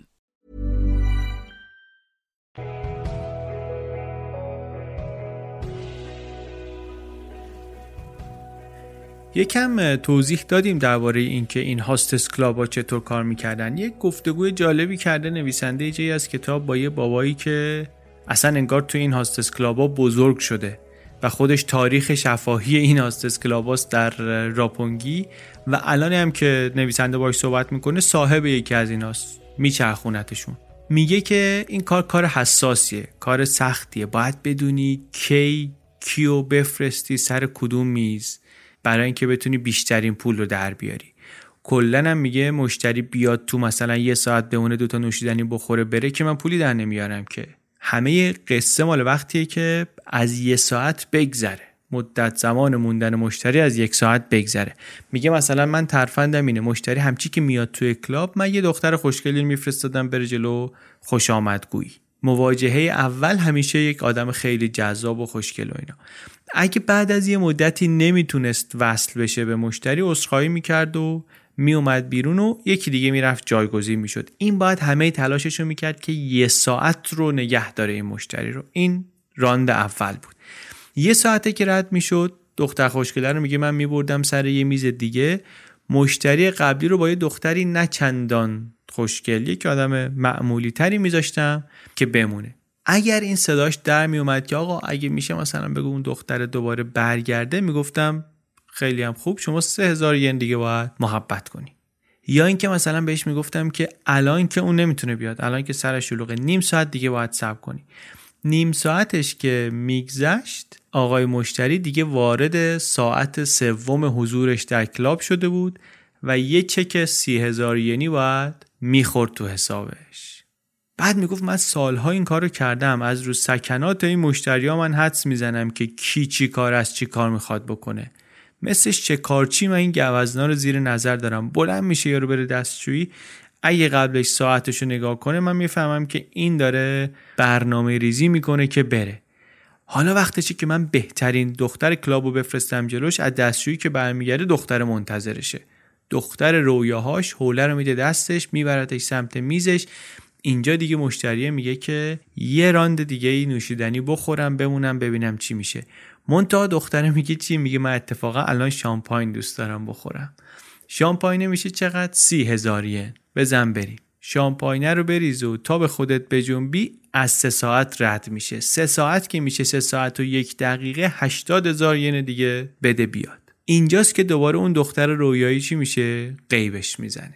یکم توضیح دادیم درباره اینکه این هاستس کلاب‌ها چطور کار میکردن. یک گفتگوی جالبی کرده نویسنده جایی از کتاب با یه بابایی که اصلا انگار تو این هاستس کلاب‌ها بزرگ شده و خودش تاریخ شفاهی این هاستس کلاباست در راپونگی و الان هم که نویسنده باهاش صحبت میکنه صاحب یکی از ایناست، میچرخونتشون. میگه که این کار کار حساسیه، کار سختیه، باید بدونی کی کیو بفرستی سر کدوم میز برای اینکه بتونی بیشترین پول رو در بیاری. کلن هم میگه مشتری بیاد تو مثلا یه ساعت بمونه دوتا نوشیدنی بخوره بره که من پولی در نمیارم که. همه قصه مال وقتیه که از یه ساعت بگذره، مدت زمان موندن مشتری از یک ساعت بگذره. میگه مثلا من ترفندم اینه، مشتری همچی که میاد توی کلاب من یه دختر خوشگلی میفرستادم بره جلو خوش آمدگویی. مواجهه اول همیشه یک آدم خیلی جذاب و خوشگل و اینا. اگه بعد از یه مدتی نمیتونست وصل بشه به مشتری، عذرخواهی میکرد و میومد بیرون و یکی دیگه میرفت جایگزین میشد. این باید همه تلاششو میکرد که یه ساعت رو نگه داره این مشتری رو. این راند اول بود. یه ساعته که رد میشد، دختر خوشگله رو میگه من میبردم سر یه میز دیگه، مشتری قبلی رو با یه دختری نه چندان خوشگل، یک آدم معمولی تری میذاشتم که بمونه. اگر این صداش در میومد که آقا اگه میشه مثلا بگو اون دختر دوباره برگرده، میگفتم خیلی هم خوب، شما سه هزار ین دیگه باید محبت کنی. یا اینکه مثلا بهش میگفتم که الان که اون نمیتونه بیاد، الان که سرش شلوغه، نیم ساعت دیگه باید صبر کنی. نیم ساعتش که میگذشت، آقای مشتری دیگه وارد ساعت سوم حضورش در کلاب شده بود و یه چک سی هزار ینی باید میخورد تو حسابش. بعد میگفت من سالها این کارو کردم، از رو سکنات این مشتری ها من حدس میزنم که کی چی کار از چی کار میخواد بکنه. مثلش چه کارچی من این گوزنا رو زیر نظر دارم. بلند میشه یارو بره دستشویی، اگه قبلش ساعتشو نگاه کنه من میفهمم که این داره برنامه ریزی میکنه که بره. حالا وقتشه که من بهترین دختر کلابو بفرستم جلوش، از دستشویی که برمیگرده دختر منتظرشه، دختر رویاهاش، حوله رو میده دستش، میبردش سمت میزش. اینجا دیگه مشتریه میگه که یه راند دیگه ای نوشیدنی بخورم بمونم ببینم چی میشه. منتها دختره میگه چی؟ میگه من اتفاقا الان شامپاین دوست دارم بخورم. شامپاینه میشه چقدر؟ سی هزار ین. بزن بریم. شامپاینه رو بریز و تا به خودت بجنبی از سه ساعت رد میشه. سه ساعت که میشه سه ساعت و یک دقیقه، هشتاد هزار ین دیگه بده بیاد. اینجاست که دوباره اون دختر رویایی چی میشه؟ غیبش میزنه.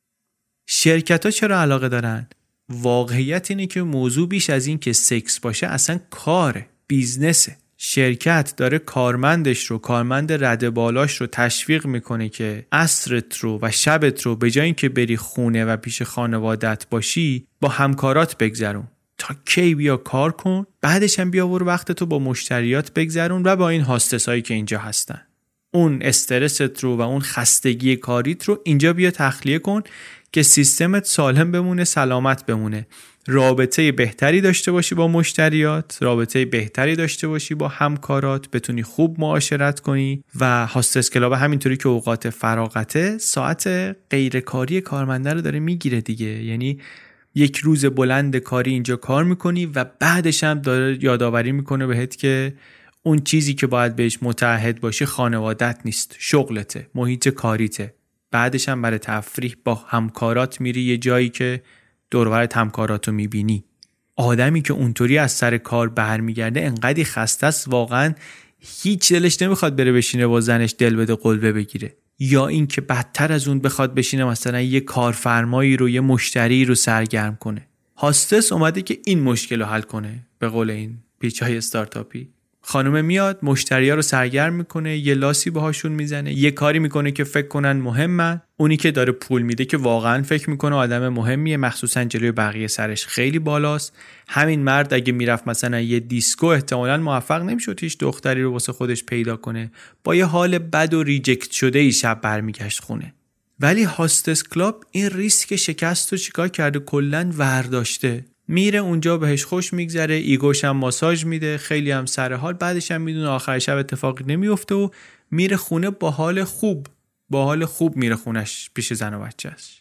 شرکت ها چرا علاقه دارن؟ واقعیت اینه که موضوع بیش از این که سکس باشه اصلا کاره، بیزنسه. شرکت داره کارمندش رو، کارمند رده بالاش رو تشویق میکنه که عصرت رو و شبت رو به جای اینکه بری خونه و پیش خانوادت باشی با همکارات بگذرون. تا کی بیا کار کن، بعدش هم بیا برو وقت تو با مشتریات بگذرون و با این هاستس هایی که اینجا هستن. اون استرست رو و اون خستگی کاریت رو اینجا بیا تخلیه کن که سیستمت سالم بمونه، سلامت بمونه، رابطه بهتری داشته باشی با مشتریات، رابطه بهتری داشته باشی با همکارات، بتونی خوب معاشرت کنی. و هاستس کلاب همینطوری که اوقات فراغته ساعت غیرکاری کارمنده رو داره میگیره دیگه. یعنی یک روز بلند کاری اینجا کار میکنی و بعدش هم داره یادآوری میکنه بهت که اون چیزی که باید بهش متعهد باشی خانوادت نیست، شغلته، محیط کاریته. بعدش هم برای تفریح با همکارات میری یه جایی که دور و برت همکاراتو میبینی. آدمی که اونطوری از سر کار برمیگرده انقدی خسته است واقعا هیچ دلش نمیخواد بره بشینه با زنش دل بده قلبه بگیره، یا این که بدتر از اون بخواد بشینه مثلا یه کارفرمایی رو، یه مشتری رو سرگرم کنه. هاستس اومده که این مشکل رو حل کنه. به قول این پیچای استارتاپی، خانومه میاد مشتریا رو سرگرم میکنه، یه لاسی باهاشون میزنه، یه کاری میکنه که فکر کنن مهمن. اونی که داره پول میده که واقعا فکر میکنه آدم مهمیه، مخصوصا جلوی بقیه سرش خیلی بالاست. همین مرد اگه میرفت مثلا یه دیسکو احتمالاً موفق نمیشد هیچ دختری رو واسه خودش پیدا کنه، با یه حال بد و ریجکت شده ای شب برمیگشت خونه. ولی هاستس کلاب این ریسک شکست رو چیکار کرده؟ کلاً ورداشته. میره اونجا بهش خوش میگذره، ایگوش هم ماساژ میده، خیلی هم سر حال، بعدش هم میدونه آخر شب اتفاقی نمیفته و میره خونه با حال خوب، با حال خوب میره خونش پیش زن و بچه‌اش.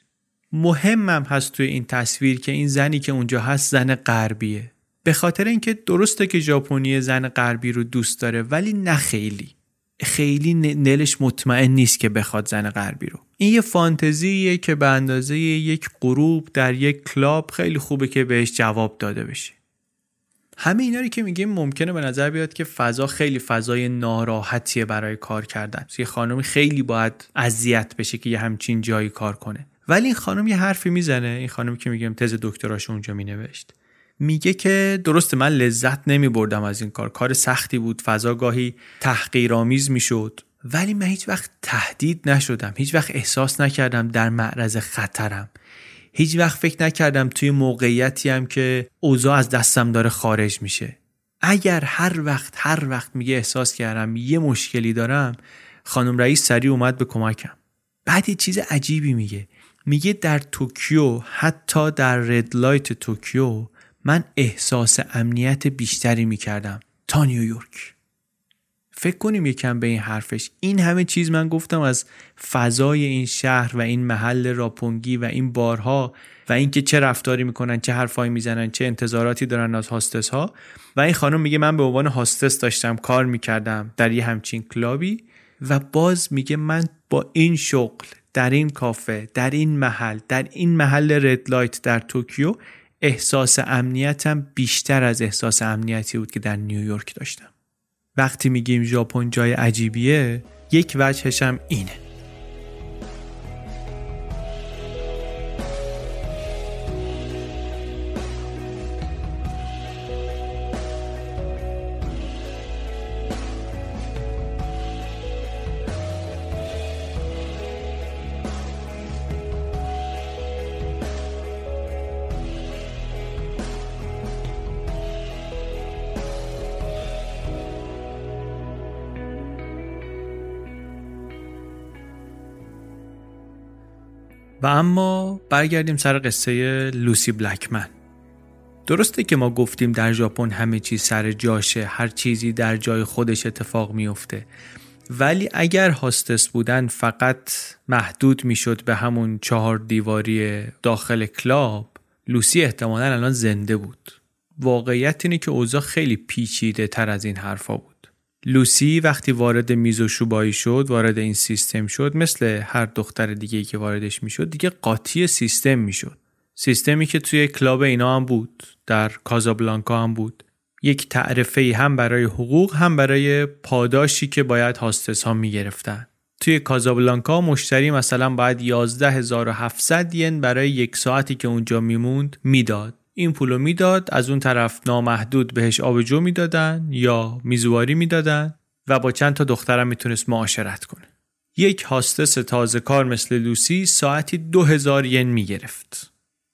مهمم هست توی این تصویر که این زنی که اونجا هست زن غربیه. به خاطر اینکه درسته که ژاپنی زن غربی رو دوست داره ولی نه خیلی. خیلی دلش مطمئن نیست که بخواد زن غربی رو. این یه فانتزیه که به اندازه یک غروب در یک کلاب خیلی خوبه که بهش جواب داده بشه. همه اینا رو که میگیم ممکنه به نظر بیاد که فضا خیلی فضای ناراحتیه برای کار کردن. یه خانمی خیلی باید اذیت بشه که یه همچین جایی کار کنه. ولی این خانم یه حرفی میزنه، این خانمی که میگم تز دکتراش اونجا مینوشت، میگه که درسته من لذت نمی بردم از این کار، کار سختی بود، فضا گاهی تحقیرآمیز میشد، ولی من هیچ وقت تهدید نشدم، هیچ وقت احساس نکردم در معرض خطرم، هیچ وقت فکر نکردم توی موقعیتی هم که اوضاع از دستم داره خارج میشه. اگر هر وقت هر وقت میگه احساس کردم یه مشکلی دارم، خانم رئیس سریع اومد به کمکم. بعد یه چیز عجیبی میگه، میگه در توکیو، حتی در رد لایت توکیو، من احساس امنیت بیشتری میکردم تا نیویورک. فکر کنیم یکم به این حرفش. این همه چیز من گفتم از فضای این شهر و این محل راپونگی و این بارها و اینکه چه رفتاری میکنن، چه حرفایی میزنن، چه انتظاراتی دارن از هاستس ها. و این خانم میگه من به عنوان هاستس داشتم کار میکردم در یه همچین کلابی و باز میگه من با این شغل در این کافه، در این محل، در این محل رد لایت در توکیو، احساس امنیتم بیشتر از احساس امنیتی بود که در نیویورک داشتم. وقتی میگیم ژاپن جای عجیبیه، یک وجهش هم اینه. و اما برگردیم سر قصه لوسی بلکمن. درسته که ما گفتیم در ژاپن همه چیز سر جاشه، هر چیزی در جای خودش اتفاق میفته، ولی اگر هاستس بودن فقط محدود میشد به همون چهار دیواری داخل کلاب، لوسی احتمالاً الان زنده بود. واقعیت اینه که اوضاع خیلی پیچیده تر از این حرفا بود. لوسی وقتی وارد میزوشوبایی شد، وارد این سیستم شد، مثل هر دختر دیگه‌ای که واردش میشد دیگه قاطی سیستم میشد. سیستمی که توی کلاب اینا هم بود، در کازابلانکا هم بود. یک تعرفه‌ای هم برای حقوق، هم برای پاداشی که باید هاستس ها میگرفتن. توی کازابلانکا مشتری مثلا باید یازده هزار و هفتصد ین برای یک ساعتی که اونجا میموند میداد. این پولو میداد، از اون طرف نامحدود بهش آبجو میدادن یا میزواری میدادن و با چند تا دخترم میتونست معاشرت کنه. یک هاستس تازه کار مثل لوسی ساعتی دو هزار ین میگرفت.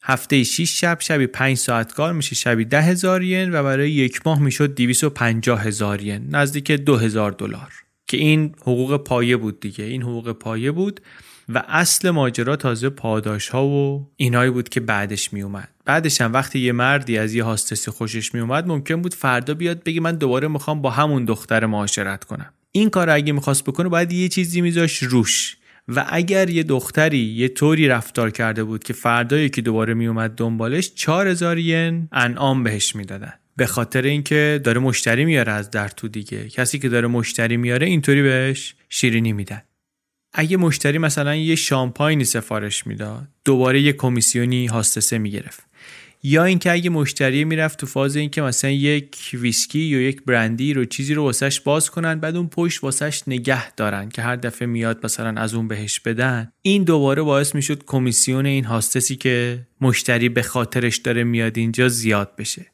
هفته شش شب، شبی پنج ساعت کار میشه شبی ده هزار ین و برای یک ماه میشد دویست و پنجاه هزار ین، نزدیک دو هزار دلار، که این حقوق پایه بود دیگه. این حقوق پایه بود و اصل ماجرا تازه پاداش ها و اینایی بود که بعدش می اومد. بعدش هم وقتی یه مردی از یه هاستسی خوشش می اومد ممکن بود فردا بیاد بگه من دوباره میخوام با همون دختر معاشرت کنم. این کار اگه میخواست بکنه باید یه چیزی میذاش روش، و اگر یه دختری یه طوری رفتار کرده بود که فردایی که دوباره می اومد دنبالش چهار هزار ین انعام بهش میدادن، به خاطر اینکه داره مشتری میاره از در تو دیگه. کسی که داره مشتری میاره اینطوری بهش شیرینی میدن. اگه مشتری مثلا یه شامپاینی سفارش میداد دوباره یه کمیسیونی هاستسه میگرفت. یا اینکه اگه مشتری میرفت تو فاز اینکه مثلا یک ویسکی یا یک برندی رو چیزی رو واسش باز کنن بعد اون پشت واسش نگه دارن که هر دفعه میاد مثلا از اون بهش بدن، این دوباره باعث میشد کمیسیون این هاستسی که مشتری به خاطرش داره میاد اینجا زیاد بشه.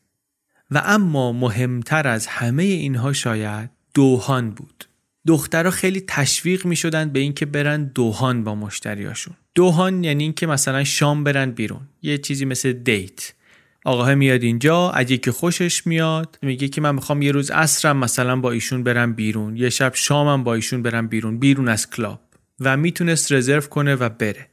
و اما مهمتر از همه اینها شاید دوهان بود. دخترها خیلی تشویق می شدن به این که برن دوهان با مشتریاشون. دوهان یعنی این که مثلا شام برن بیرون، یه چیزی مثل دیت. آقاه میاد اینجا، اگه که خوشش میاد میگه که من میخوام یه روز عصرم مثلا با ایشون برم بیرون، یه شب شامم با ایشون برم بیرون، بیرون از کلاب، و میتونست رزرو کنه و بره.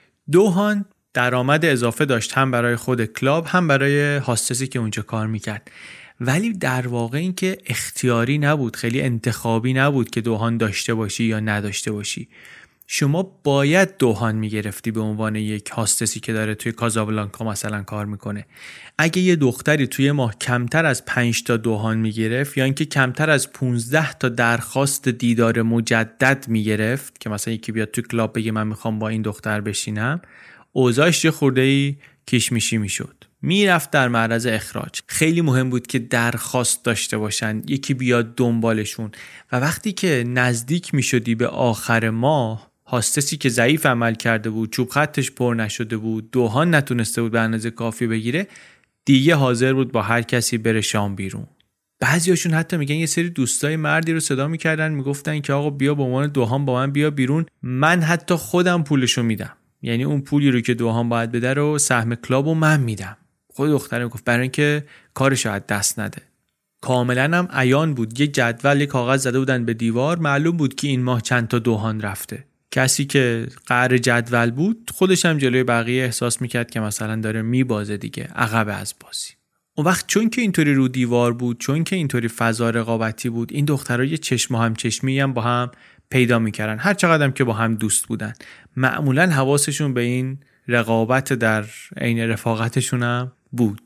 دوهان درآمد اضافه داشت، هم برای خود کلاب هم برای هاستسی که اونجا کار میکرد، ولی در واقع این که اختیاری نبود، خیلی انتخابی نبود که دوهان داشته باشی یا نداشته باشی. شما باید دوهان میگرفتی به عنوان یک هاستسی که داره توی کازابلانکا مثلا کار میکنه. اگه یه دختری توی ماه کمتر از پنج تا دوهان میگرفت یا اینکه کمتر از پونزده تا درخواست دیدار مجدد میگرفت که مثلا یکی بیاد توی کلاب بگه من میخوام با این دختر بشینم، اوضاعش یه خورده‌ای کشمشی میشد، میرفت در معرض اخراج. خیلی مهم بود که درخواست داشته باشن، یکی بیاد دنبالشون. و وقتی که نزدیک میشدی به آخر ماه، هاستسی که ضعیف عمل کرده بود، چوب خطش پر نشده بود، دوهان نتونسته بود به اندازه کافی بگیره، دیگه حاضر بود با هر کسی بره شام بیرون. بعضیاشون حتی میگن یه سری دوستای مردی رو صدا میکردن میگفتن که آقا بیا به عنوان دوهان با من بیا بیرون، من حتی خودم پولشو میدم. یعنی اون پولی رو که دوهان باید بده رو سهم کلابو من میدم. خود دختره میگفت برای اینکه کارش از دست نده. کاملا هم عیان بود، یه جدول یه کاغذ زده بودن به دیوار، معلوم بود که این ماه چند تا دوهان رفته. کسی که قهر جدول بود خودش هم جلوی بقیه احساس میکرد که مثلا داره میبازه دیگه، عقب از بازی. اون وقت چون که اینطوری رو دیوار بود، چون که اینطوری فضا رقابتی بود، این دخترها یه چشم هم چشمی هم با هم پیدا میکردن، هر چقدر هم که با هم دوست بودن. معمولا حواسشون به این رقابت در عین رفاقتشون هم بود.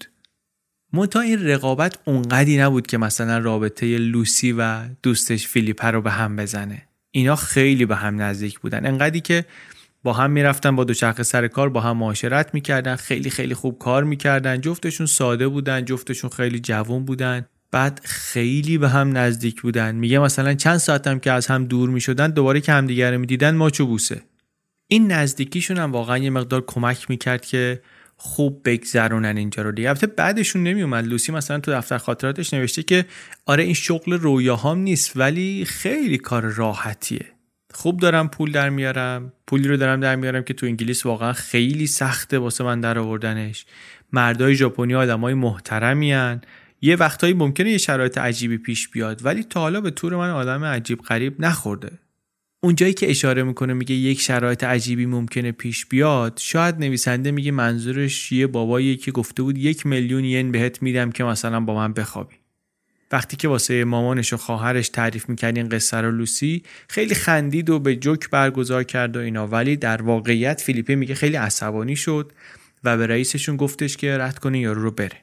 منتها این رقابت اونقدی نبود که مثلا رابطه لوسی و دوستش فیلیپه رو به هم بزنه. اینا خیلی به هم نزدیک بودن، انقدری که با هم میرفتن با دوچرخه سر کار، با هم معاشرت میکردن، خیلی خیلی خوب کار میکردن، جفتشون ساده بودن، جفتشون خیلی جوان بودن، بعد خیلی به هم نزدیک بودن. میگه مثلا چند ساعت هم که از هم دور میشدن دوباره که همدیگه رو میدیدن ماچ و بوسه. این نزدیکیشون هم واقعا یه مقدار کمک میکرد که خوب بگذرونن اینجا رو دیگه. البته بعدشون نمیومد. لوسی مثلا تو دفتر خاطراتش نوشته که آره این شغل رویاهام نیست ولی خیلی کار راحتیه، خوب دارم پول در میارم، پولی رو دارم در میارم که تو انگلیس واقعا خیلی سخته واسه من در آوردنش. مردای ژاپنی آدمای محترمی ان، یه وقتایی ممکنه یه شرایط عجیبی پیش بیاد ولی تا حالا به طور من آدم عجیب غریب نخورده. اونجایی که اشاره میکنه میگه یک شرایط عجیبی ممکنه پیش بیاد، شاید نویسنده میگه منظورش یه باباییه که گفته بود یک میلیون ین بهت میدم که مثلا با من بخوابی. وقتی که واسه مامانش و خواهرش تعریف میکرد این قصه رو، لوسی خیلی خندید و به جوک برگزار کرد و اینا، ولی در واقعیت فیلیپه میگه خیلی عصبانی شد و به رئیسشون گفتش که رد کنه یارو رو بره.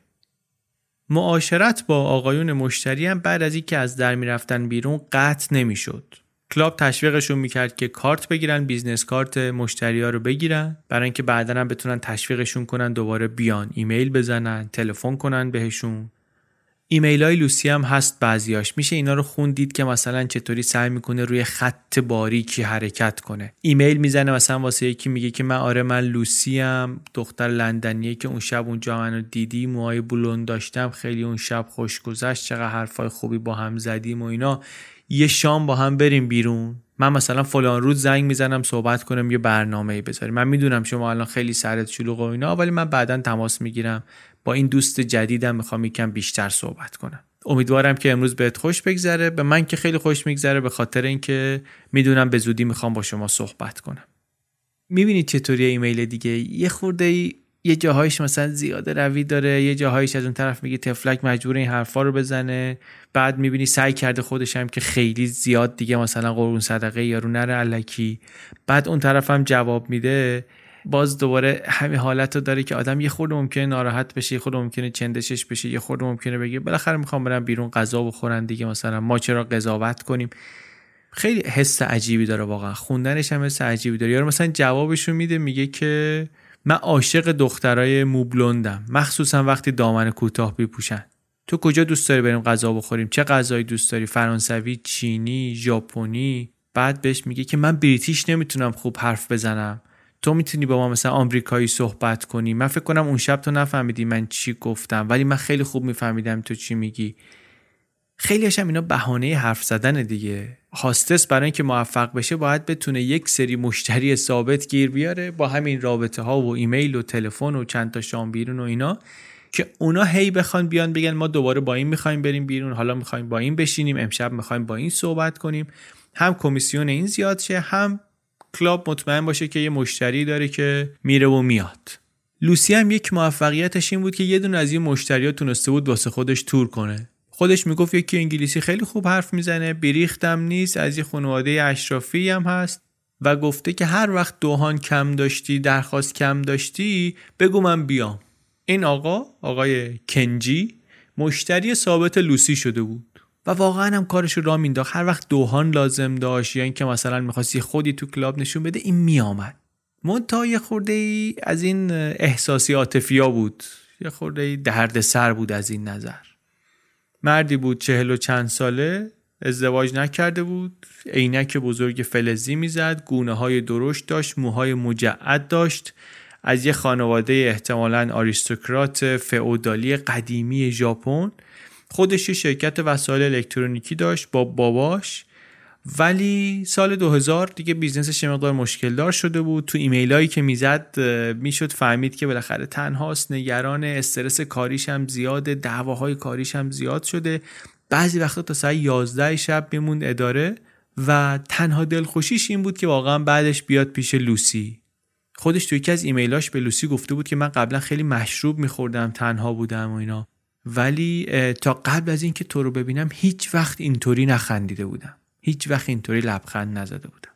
معاشرت با آقایون مشتری هم بعد از اینکه از در میرفتن بیرون قطع نمیشد. کلاب تشویقشون میکرد که کارت بگیرن، بیزنس کارت مشتری‌ها رو بگیرن برای اینکه بعداً هم بتونن تشویقشون کنن دوباره بیان، ایمیل بزنن، تلفن کنن بهشون. ایمیلای لوسی هم هست بعضیاش، میشه اینا رو خوندید که مثلا چطوری سعی میکنه روی خط باریکی حرکت کنه. ایمیل میزنه مثلا واسه یکی میگه که من آره من لوسی ام، دختر لندنیه که اون شب اونجا منو دیدی، موهای بلوند داشتم، خیلی اون شب خوش گذشت، چقدر حرفای خوبی با هم زدیم و اینا، یه شام با هم بریم بیرون. من مثلا فلان روز زنگ میزنم صحبت کنم یه برنامه‌ای بذاریم. من میدونم شما الان خیلی سرت شلوغ و اینا، ولی من بعداً تماس میگیرم با این دوست جدیدم، میخوام یکم بیشتر صحبت کنم. امیدوارم که امروز بهت خوش بگذره. به من که خیلی خوش میگذره، به خاطر اینکه میدونم به زودی میخوام با شما صحبت کنم. میبینید چطوری ایمیل دیگه یه خورده ای یه جاهایش مثلا زیاده روی داره، یه جاهایش از اون طرف میگه تفلک مجبور این حرفا رو بزنه، بعد میبینی سعی کرده خودش هم که خیلی زیاد دیگه مثلا قربون صدقه یارو نره الکی، بعد اون طرف هم جواب میده، باز دوباره همین حالت رو داره که آدم یه خورده ممکنه ناراحت بشه، یه خورده ممکنه چندشش بشه، یه خورده ممکنه بگه بالاخره میخوام برم بیرون غذا بخورن دیگه، مثلا ما چرا قضاوت کنیم. خیلی حس عجیبی داره واقعا، خوندنش هم حس عجیبی داره. یارو مثلا جوابشو میده، میگه که من عاشق دخترای موبلوندم، مخصوصا وقتی دامن کوتاه میپوشن. تو کجا دوست داری بریم غذا بخوریم؟ چه غذایی دوست داری؟ فرانسوی، چینی، ژاپنی؟ بعد بهش میگه که من بریتیش نمیتونم خوب حرف بزنم، تو میتونی با ما مثلا آمریکایی صحبت کنی؟ من فکر کنم اون شب تو نفهمیدی من چی گفتم، ولی من خیلی خوب میفهمیدم تو چی میگی. خیلی هاشم اینا بهانه حرف زدن دیگه. هاستس برای اینکه موفق بشه باید بتونه یک سری مشتری ثابت گیر بیاره با همین رابطه ها و ایمیل و تلفن و چند تا شام بیرون و اینا، که اونا هی بخوان بیان بگن ما دوباره با این میخوایم بریم بیرون، حالا میخوایم با این بشینیم، امشب میخوایم با این صحبت کنیم. هم کمیسیون این زیاد شه، هم کلاب مطمئن باشه که یه مشتری داره که میره و میاد. لوسی هم یک موفقیتش این بود که یه دونه از این مشتری‌ها تونسته بود واسه خودش تور کنه. خودش میگفت یکی انگلیسی خیلی خوب حرف میزنه، بیریختم نیست، از یه خانواده اشرافی هم هست و گفته که هر وقت دوهان کم داشتی، درخواست کم داشتی، بگو من بیام. این آقا، آقای کنجی، مشتری ثابت لوسی شده بود و واقعا هم کارش رو راه مینداخت. هر وقت دوهان لازم داشت یا اینکه مثلا می‌خواستی خودی تو کلاب نشون بده، این میامد. منتها یه خورده ای از این احساسی عاطفی‌ها بود، یه خورده ای دردسر بود از این نظر. مردی بود چهل و چند ساله، ازدواج نکرده بود، عینک بزرگ فلزی میزد، گونه های درشت داشت، موهای مجعد داشت، از یه خانواده احتمالاً آریستوکرات فئودالی قدیمی ژاپن. خودش یه شرکت وسایل الکترونیکی داشت با باباش، ولی سال دو هزار دیگه بیزنسش یه مقدار مشکل دار شده بود. تو ایمیلایی که میزد میشد فهمید که بالاخره تنهاست، نگران، استرس کاریش هم زیاده، دعواهای کاریش هم زیاد شده. بعضی وقتا تا ساعت یازده شب میموند اداره و تنها دلخوشیش این بود که واقعا بعدش بیاد پیش لوسی. خودش تو یکی از ایمیلاش به لوسی گفته بود که من قبلا خیلی مشروب میخوردم، تنها بودم و اینا، ولی تا قبل از این که تو رو ببینم هیچ وقت اینطوری نخندیده بودم، هیچ وقت اینطوری لبخند نزده بودم.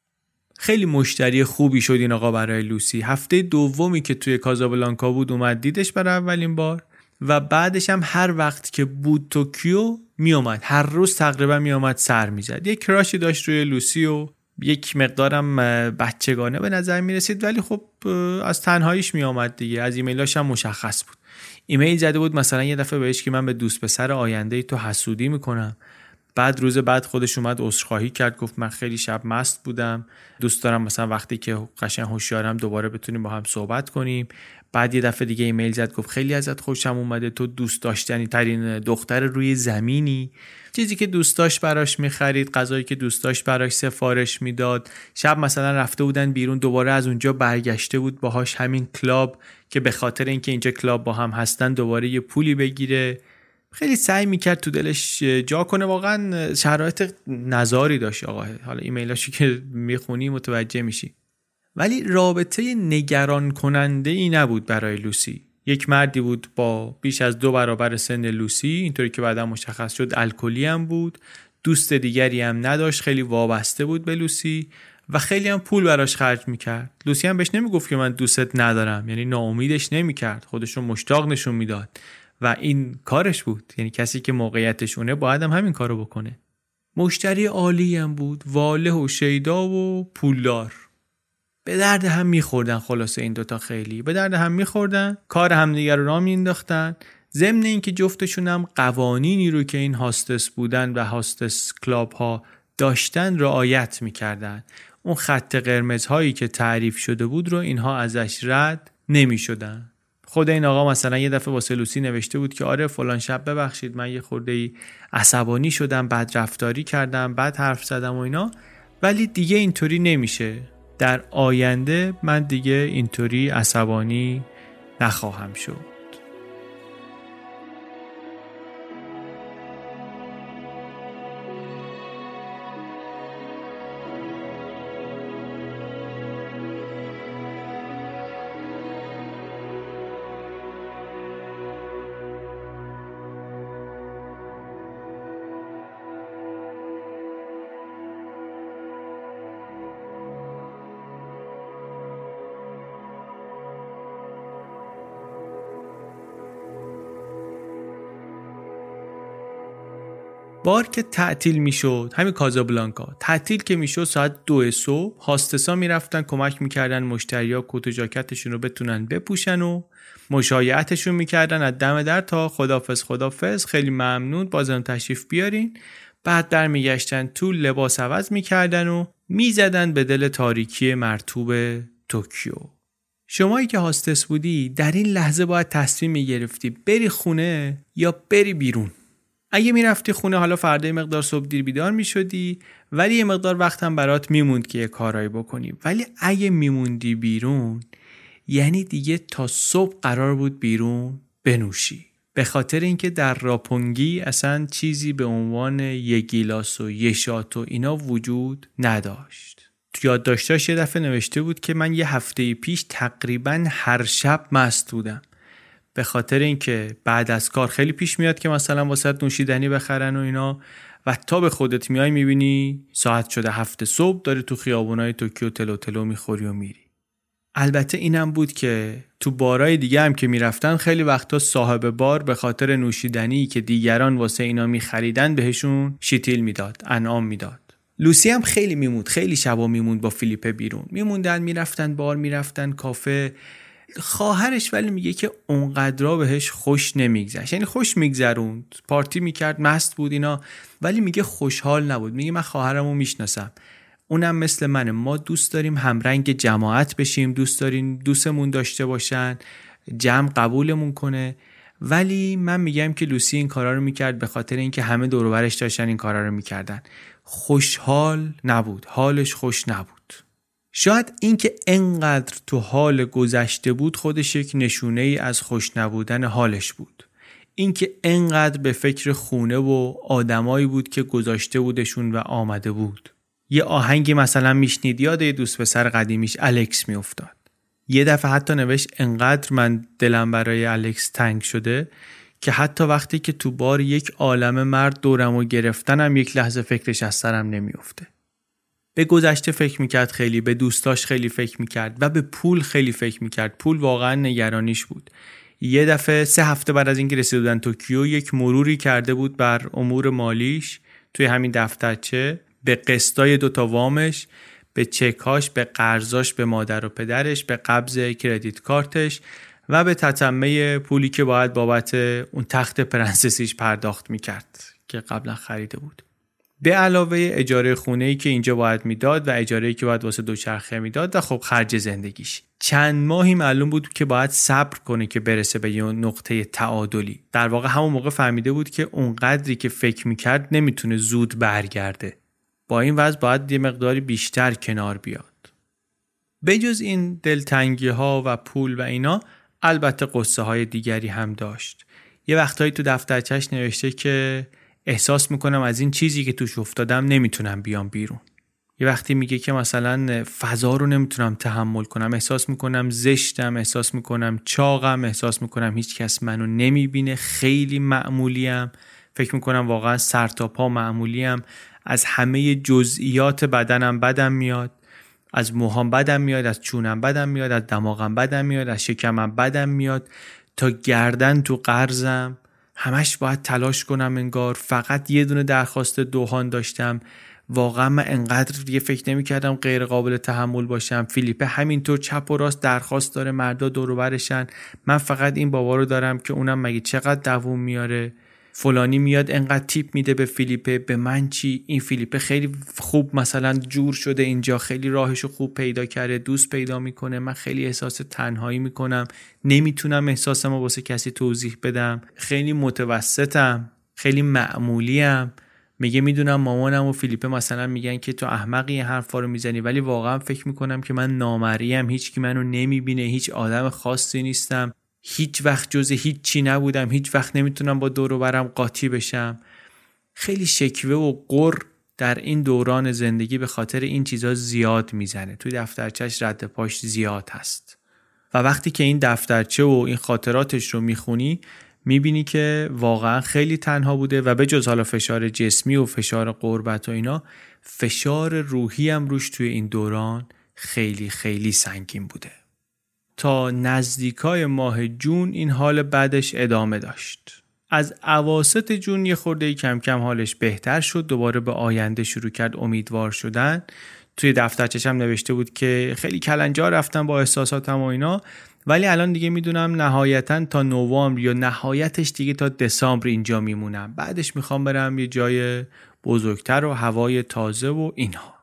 خیلی مشتری خوبی شد این آقا برای لوسی. هفته دومی که توی کازابلانکا بود اومد دیدش برای اولین بار و بعدش هم هر وقت که بود توکیو می اومد، هر روز تقریبا می اومد سر می زد. یک کراشی داشت روی لوسی و یک مقدارم بچگانه به نظر می رسید، ولی خب از تنهاییش می اومد دیگه. از ایمیلاش هم مشخص بود. ایمیل زده بود مثلا یه دفعه بهش که من به دوست پسر آینده تو حسودی میکنم. بعد روز بعد خودش اومد عذرخواهی کرد، گفت من خیلی شب مست بودم، دوست دارم مثلا وقتی که قشنگ هوشیارم دوباره بتونیم با هم صحبت کنیم. بعد یه دفعه دیگه ایمیل زد، گفت خیلی ازت خوشم اومده، تو دوست داشتنی ترین دختر روی زمینی. چیزی که دوست داشت براش می‌خرید، غذایی که دوست داشت براش سفارش میداد. شب مثلا رفته بودن بیرون، دوباره از اونجا برگشته بود باهاش همین کلاب که به خاطر اینکه اینجا کلاب با هم هستن دوباره یه پولی بگیره. خیلی سعی میکرد تو دلش جا کنه. واقعا شرایط نزاری داشت آقا، حالا ایمیلاشو که میخونی متوجه میشی. ولی رابطه نگران کننده ای نبود برای لوسی. یک مردی بود با بیش از دو برابر سن لوسی، اینطوری که بعدا مشخص شد الکلی هم بود، دوست دیگری هم نداشت، خیلی وابسته بود به لوسی و خیلی هم پول براش خرج میکرد. لوسی هم بهش نمیگفت که من دوستت ندارم، یعنی ناامیدش نمیکرد، خودش رو مشتاق نشون میداد و این کارش بود. یعنی کسی که موقعیتش اونه باید هم همین کارو بکنه. مشتری عالی هم بود، واله و شیدا و پولدار. به درد هم میخوردن، خلاصه این دوتا خیلی به درد هم میخوردن، کار همدیگر رو راه مینداختن. ضمن این که جفتشون هم قوانینی رو که این هاستس بودن و هاستس کلاب ها داشتن رعایت میکردن. اون خط قرمز هایی که تعریف شده بود رو اینها ازش رد نمیشدن. خود این آقا مثلا یه دفعه واسه لوسی نوشته بود که آره فلان شب ببخشید من یه خورده ای عصبانی شدم، بد رفتاری کردم، بد حرف زدم و اینا. ولی دیگه اینطوری نمیشه. در آینده من دیگه اینطوری عصبانی نخواهم شد. بار که تعطیل میشد، همین کازابلانکا تعطیل که میشد، ساعت دو صبح هاستسا میرفتن کمک میکردن مشتریا کت و ژاکتشون رو بتونن بپوشن و مشایعتشون میکردن از دم در تا خدافظ خدافظ، خیلی ممنون، بازم تشریف بیارین. بعد در میگشتن تو، لباس عوض میکردن و میزدن به دل تاریکی مرطوب توکیو. شمایی که هاستس بودی در این لحظه باید تصمیم میگرفتی بری خونه یا بری بیرون. اگه میرفتی خونه، حالا فردا مقدار صبح دیر بیدار میشدی، ولی یه مقدار وقت هم برات میموند که یه کارایی بکنی. ولی اگه میموندی بیرون، یعنی دیگه تا صبح قرار بود بیرون بنوشی. به خاطر اینکه در راپونگی اصلا چیزی به عنوان یه گیلاس و یه شات و اینا وجود نداشت. تو یادداشتاش یه دفعه نوشته بود که من یه هفته پیش تقریبا هر شب مست بودم. به خاطر اینکه بعد از کار خیلی پیش میاد که مثلا واسه نوشیدنی بخرن و اینا، و تا به خودت میای میبینی ساعت شده هفت صبح داری تو خیابونای توکیو تلو تلو میخوری و میری. البته اینم بود که تو بارای دیگه هم که میرفتن خیلی وقتا صاحب بار به خاطر نوشیدنی که دیگران واسه اینا میخریدن بهشون شیتیل میداد، انعام میداد. لوسی هم خیلی میموند، خیلی شبا میموند با فیلیپه بیرون. میموندن، میرفتن بار، میرفتن کافه. خواهرش ولی میگه که اونقدرا بهش خوش نمیگذشت. یعنی خوش میگذروند، پارتی میکرد، مست بود اینا، ولی میگه خوشحال نبود. میگه من خواهرمو میشناسم، اونم مثل منه، ما دوست داریم همرنگ جماعت بشیم، دوست داریم دوستمون داشته باشن، جمع قبولمون کنه. ولی من میگم که لوسی این کارا رو میکرد به خاطر اینکه همه دور و برش داشتن این کارا رو میکردن. خوشحال نبود، حالش خوش نبود. شاید اینکه انقدر تو حال گذشته بود خودش یک نشونه ای از خوش نبودن حالش بود. اینکه انقدر به فکر خونه و آدمایی بود که گذاشته بودشون و آمده بود. یه آهنگی مثلا میشنید، یاد یه دوست پسر قدیمیش الکس میافتاد. یه دفعه حتی نوشت انقدر من دلم برای الکس تنگ شده که حتی وقتی که تو بار یک عالم مرد دورمو گرفتنم یک لحظه فکرش از سرم نمیافته. به گذشته فکر میکرد خیلی، به دوستاش خیلی فکر میکرد و به پول خیلی فکر میکرد. پول واقعا نگرانیش بود. یه دفعه سه هفته بعد از اینکه رسیده بودن توکیو یک مروری کرده بود بر امور مالیش توی همین دفترچه، به قسطای دوتا وامش، به چکاش، به قرضاش به مادر و پدرش، به قبض کردیت کارتش و به تتمه پولی که باید بابت اون تخت پرنسسیش پرداخت میکرد که قبلا خریده بود. به علاوه اجاره خونه‌ای که اینجا باید میداد و اجاره‌ای که باید واسه دوچرخه میداد و خب خرج زندگیش. چند ماهی معلوم بود که باید صبر کنه که برسه به یه نقطه تعادلی. در واقع همون موقع فهمیده بود که اون قدری که فکر میکرد نمیتونه زود برگرده. با این وضع باید یه مقداری بیشتر کنار بیاد. به جز این دلتنگی ها و پول و اینا، البته قصه های دیگری هم داشت. یه وقتایی تو دفترچش نوشته که احساس میکنم از این چیزی که توش افتادم نمیتونم بیام بیرون. یه وقتی میگه که مثلا فضا رو نمیتونم تحمل کنم، احساس میکنم زشتم، احساس میکنم چاقم، احساس میکنم هیچ کس منو نمیبینه، خیلی معمولیم، فکر میکنم واقعا سر تا پا معمولیم، از همه جزئیات بدنم بدم میاد، از موهام بدم میاد، از چونم بدم میاد، از دماغم بدم میاد، از شکمم بدم میاد، تا گردن تو قرضم، همش باید تلاش کنم، انگار فقط یه دونه درخواست دوهان داشتم. واقعا من انقدر یه فکر نمی کردم غیر قابل تحمل باشم. فیلیپه همینطور چپ و راست درخواست داره، مردا دور و برشن، من فقط این بابا رو دارم که اونم مگه چقدر دووم میاره. فلانی میاد انقدر تیپ میده به فیلیپه، به من چی؟ این فیلیپه خیلی خوب مثلا جور شده اینجا، خیلی راهشو خوب پیدا کرده، دوست پیدا میکنه، من خیلی احساس تنهایی میکنم، نمیتونم احساسمو واسه کسی توضیح بدم، خیلی متوسطم، خیلی معمولیم، میگه میدونم مامانم و فیلیپه مثلا میگن که تو احمقی این حرفا رو میزنی، ولی واقعا فکر میکنم که من نامرئیم، هیچ کی منو نمیبینه، هیچ آدم خاصی نیستم، هیچ وقت جز هیچ چی نبودم، هیچ وقت نمیتونم با دور و برم قاطی بشم. خیلی شکوه و غر در این دوران زندگی به خاطر این چیزا زیاد میزنه. توی دفترچه‌اش رد پاش زیاد هست. و وقتی که این دفترچه و این خاطراتش رو میخونی میبینی که واقعا خیلی تنها بوده و به جز حالا فشار جسمی و فشار غربت و اینا، فشار روحی هم روش توی این دوران خیلی خیلی سنگین بوده. تا نزدیکای ماه جون این حال بعدش ادامه داشت. از اواسط جون یه خورده کم کم حالش بهتر شد، دوباره به آینده شروع کرد امیدوار شدن. توی دفترچه‌ش هم نوشته بود که خیلی کلنجا رفتم با احساساتم و اینا، ولی الان دیگه میدونم نهایتاً تا نوامبر یا نهایتش دیگه تا دسامبر اینجا میمونم، بعدش میخوام برم یه جای بزرگتر و هوای تازه و اینها.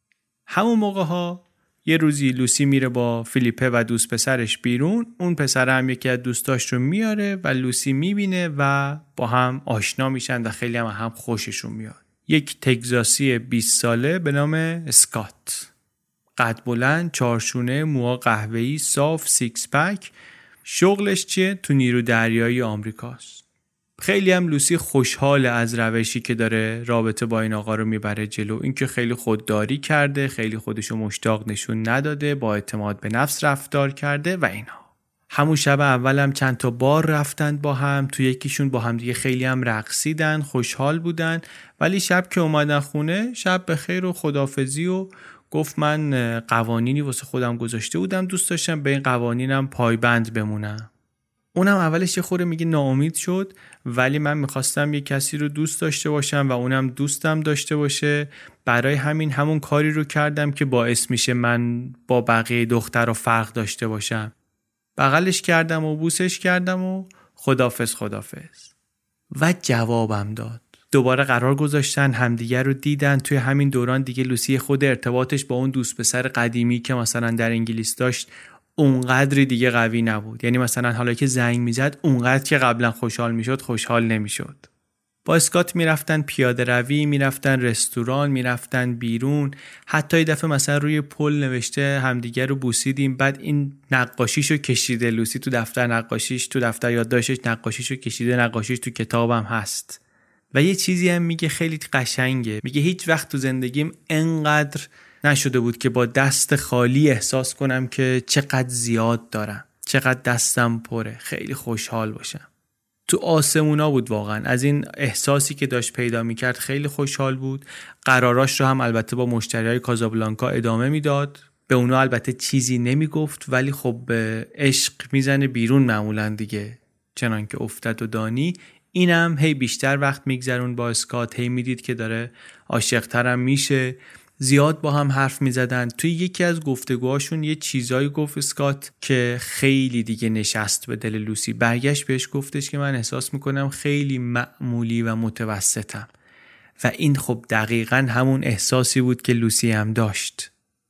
همون موقع ها یه روزی لوسی میره با فیلیپه و دوست پسرش بیرون، اون پسر هم یکی از دوستاش رو میاره و لوسی میبینه و با هم آشنا میشن و خیلی هم هم خوششون میاد. یک تگزاسی بیست ساله به نام اسکات، قد بلند، چارشونه، موها قهوه‌ای، صاف، سیکس پک. شغلش چیه؟ تو نیرو دریایی آمریکاست. خیلی هم لوسی خوشحاله از روشی که داره رابطه با این آقا رو میبره جلو، اینکه خیلی خودداری کرده، خیلی خودشو مشتاق نشون نداده، با اعتماد به نفس رفتار کرده و اینها. همون شب اول هم چند تا بار رفتن با هم، تو یکیشون با هم دیگه خیلی هم رقصیدن، خوشحال بودن، ولی شب که اومدن خونه، شب بخیر و خداحافظی و گفت من قوانینی واسه خودم گذاشته بودم، دوست داشتم به این قوانینم پایبند بمونم. اونم اولش یه خوره میگه ناامید شد، ولی من میخواستم یه کسی رو دوست داشته باشم و اونم دوستم داشته باشه، برای همین همون کاری رو کردم که باعث میشه من با بقیه دخترها فرق داشته باشم. بغلش کردم و بوسش کردم و خدافظ خدافظ. و جوابم داد. دوباره قرار گذاشتن، همدیگر رو دیدن. توی همین دوران دیگه لوسی خود ارتباطش با اون دوست پسر قدیمی که مثلا در انگلیس داشت اونقدری دیگه قوی نبود. یعنی مثلا حالا که زنگ میزد اونقدر که قبلا خوشحال میشد خوشحال نمیشد. با اسکات میرفتن پیاده روی، میرفتن رستوران، میرفتن بیرون. حتی یه دفعه مثلا روی پل نوشته همدیگه رو بوسیدیم. بعد این نقاشیشو کشیده لوسی، تو دفتر نقاشیش، تو دفتر یادداشتش نقاشیشو کشیده، نقاشیش تو کتابم هست. و یه چیزی هم میگه خیلی قشنگه، میگه هیچ وقت تو زندگیم انقدر نشده بود که با دست خالی احساس کنم که چقدر زیاد دارم، چقدر دستم پره، خیلی خوشحال باشم. تو آسمونا بود واقعا. از این احساسی که داشت پیدا میکرد خیلی خوشحال بود. قراراش رو هم البته با مشتریای کازابلانکا ادامه میداد. به اونا البته چیزی نمیگفت، ولی خب به عشق میزنه بیرون معمولا دیگه، چنان که افتاد و دانی. اینم هی بیشتر وقت میگذرون با اسکات، هی میدید که داره عاشق‌ترم میشه. زیاد با هم حرف میزدن. توی یکی از گفتگوهاشون یه چیزایی گفت اسکات که خیلی دیگه نشست به دل لوسی. برگشت بهش گفتش که من احساس میکنم خیلی معمولی و متوسطم. و این خب دقیقاً همون احساسی بود که لوسی هم داشت.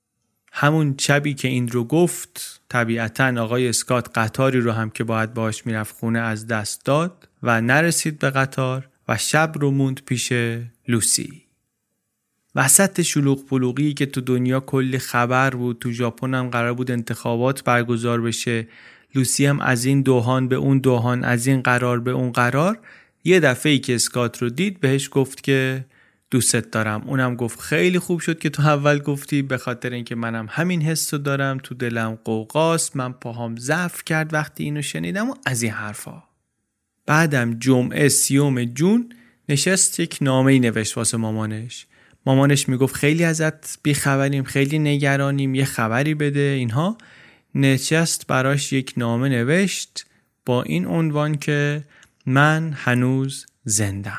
همون شبی که این رو گفت، طبیعتاً آقای اسکات قطاری رو هم که باید باهاش میرفت خونه از دست داد و نرسید به قطار و شب رو موند پیش لوسی. وسط شلوغ پلوغی که تو دنیا کلی خبر بود، تو ژاپن هم قرار بود انتخابات برگزار بشه، لوسی هم از این دوهان به اون دوهان، از این قرار به اون قرار، یه دفعه‌ای که اسکات رو دید بهش گفت که دوستت دارم. اونم گفت خیلی خوب شد که تو اول گفتی، به خاطر اینکه منم همین حس رو دارم، تو دلم قوقاست، من پاهام ضعف کرد وقتی اینو شنیدم و از این حرفا. بعدم جمعه سیوم جون نشست یک نامه‌ای نوشت واسه مامانش. مامانش میگفت خیلی ازت بیخبریم، خیلی نگرانیم، یه خبری بده. اینها نشست براش یک نامه نوشت با این عنوان که من هنوز زنده‌ام.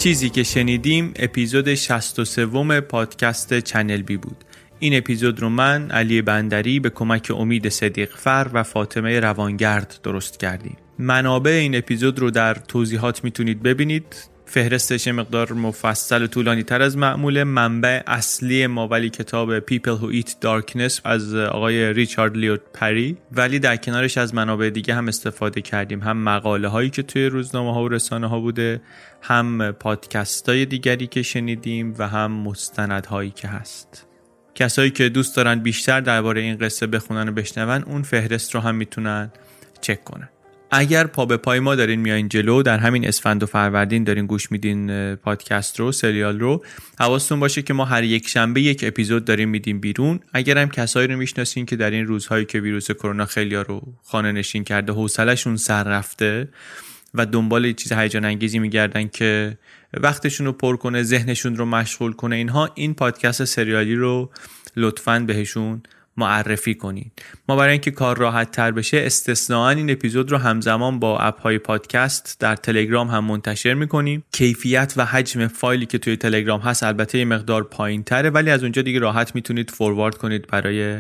چیزی که شنیدیم اپیزود شصت و سه پادکست چنل بی بود. این اپیزود رو من علی بندری به کمک امید صدیقفر و فاطمه روانگرد درست کردیم. منابع این اپیزود رو در توضیحات میتونید ببینید. فهرستش مقدار مفصل و طولانی تر از معموله. منبع اصلی ما ولی کتاب People Who Eat Darkness از آقای ریچارد لیوت پری، ولی در کنارش از منابع دیگه هم استفاده کردیم، هم مقاله هایی که توی روزنامه ها و رسانه ها بوده، هم پادکست های دیگری که شنیدیم و هم مستند هایی که هست. کسایی که دوست دارن بیشتر درباره این قصه بخونن و بشنون اون فهرست رو هم میتونن چک کنن. اگر پا به پای ما دارین میایین جلو، در همین اسفند و فروردین دارین گوش میدین پادکست رو، سریال رو، حواستون باشه که ما هر یک شنبه یک اپیزود داریم میدیم بیرون. اگر هم کسایی رو میشناسین که در این روزهایی که ویروس کرونا خیلی‌ها رو خانه نشین کرده حوصله‌شون سر رفته و دنبال چیز هیجان انگیزی میگردن که وقتشون رو پر کنه، ذهنشون رو مشغول کنه، اینها این پادکست سریالی رو لطفاً بهشون معرفی کنید. ما برای اینکه کار راحت تر بشه استثناً این اپیزود رو همزمان با اپ های پادکست در تلگرام هم منتشر میکنیم. کیفیت و حجم فایلی که توی تلگرام هست البته یه مقدار پایین تره، ولی از اونجا دیگه راحت میتونید فوروارد کنید برای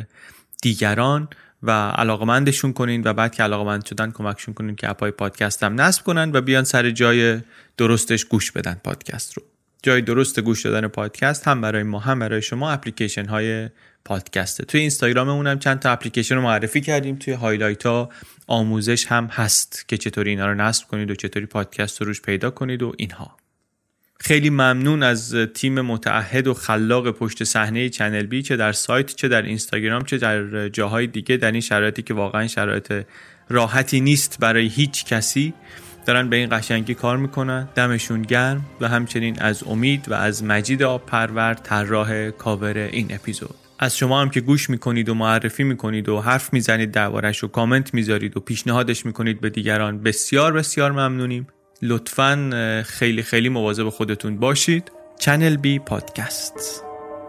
دیگران و علاقمندشون کنین و بعد که علاقمند شدن کمکشون کنین که اپ های پادکست هم نصب کنن و بیان سر جای درستش گوش بدن پادکست رو. جای درست گوش دادن پادکست هم برای ما هم برای شما اپلیکیشن های پادکسته. توی اینستاگراممون هم چند تا اپلیکیشن رو معرفی کردیم. توی هایلایت ها آموزش هم هست که چطوری اینا رو نصب کنید و چطوری پادکست رو روش پیدا کنید و اینها. خیلی ممنون از تیم متعهد و خلاق پشت صحنه چنل بی، چه در سایت چه در اینستاگرام چه در جاهای دیگه، در این شرایطی که واقعا شرایط راحتی نیست برای هیچ کسی، دارن به این قشنگی کار میکنن. دمشون گرم. و همچنین از امید و از مجید آبپرور طراح کاور این اپیزود. از شما هم که گوش میکنید و معرفی میکنید و حرف میزنید دربارش و کامنت میذارید و پیشنهادش میکنید به دیگران، بسیار بسیار ممنونیم. لطفاً خیلی خیلی مواظب خودتون باشید. چنل بی پادکست.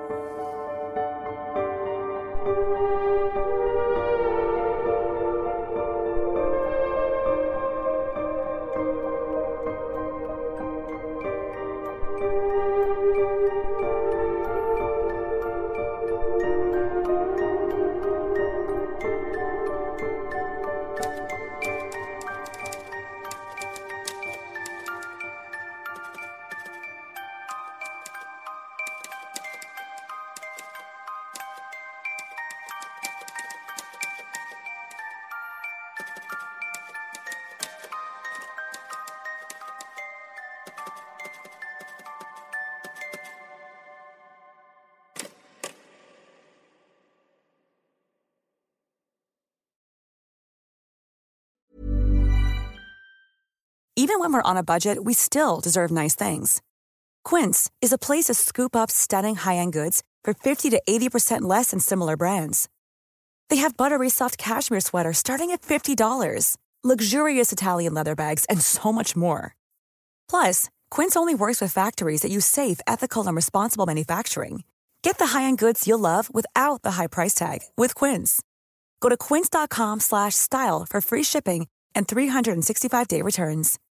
Even when we're on a budget, we still deserve nice things. Quince is a place to scoop up stunning high-end goods for fifty to eighty percent less than similar brands. They have buttery soft cashmere sweaters starting at fifty dollars, luxurious Italian leather bags, and so much more. Plus, Quince only works with factories that use safe, ethical, and responsible manufacturing. Get the high-end goods you'll love without the high price tag with Quince. Go to quince dot com slash style for free shipping and three sixty-five day returns.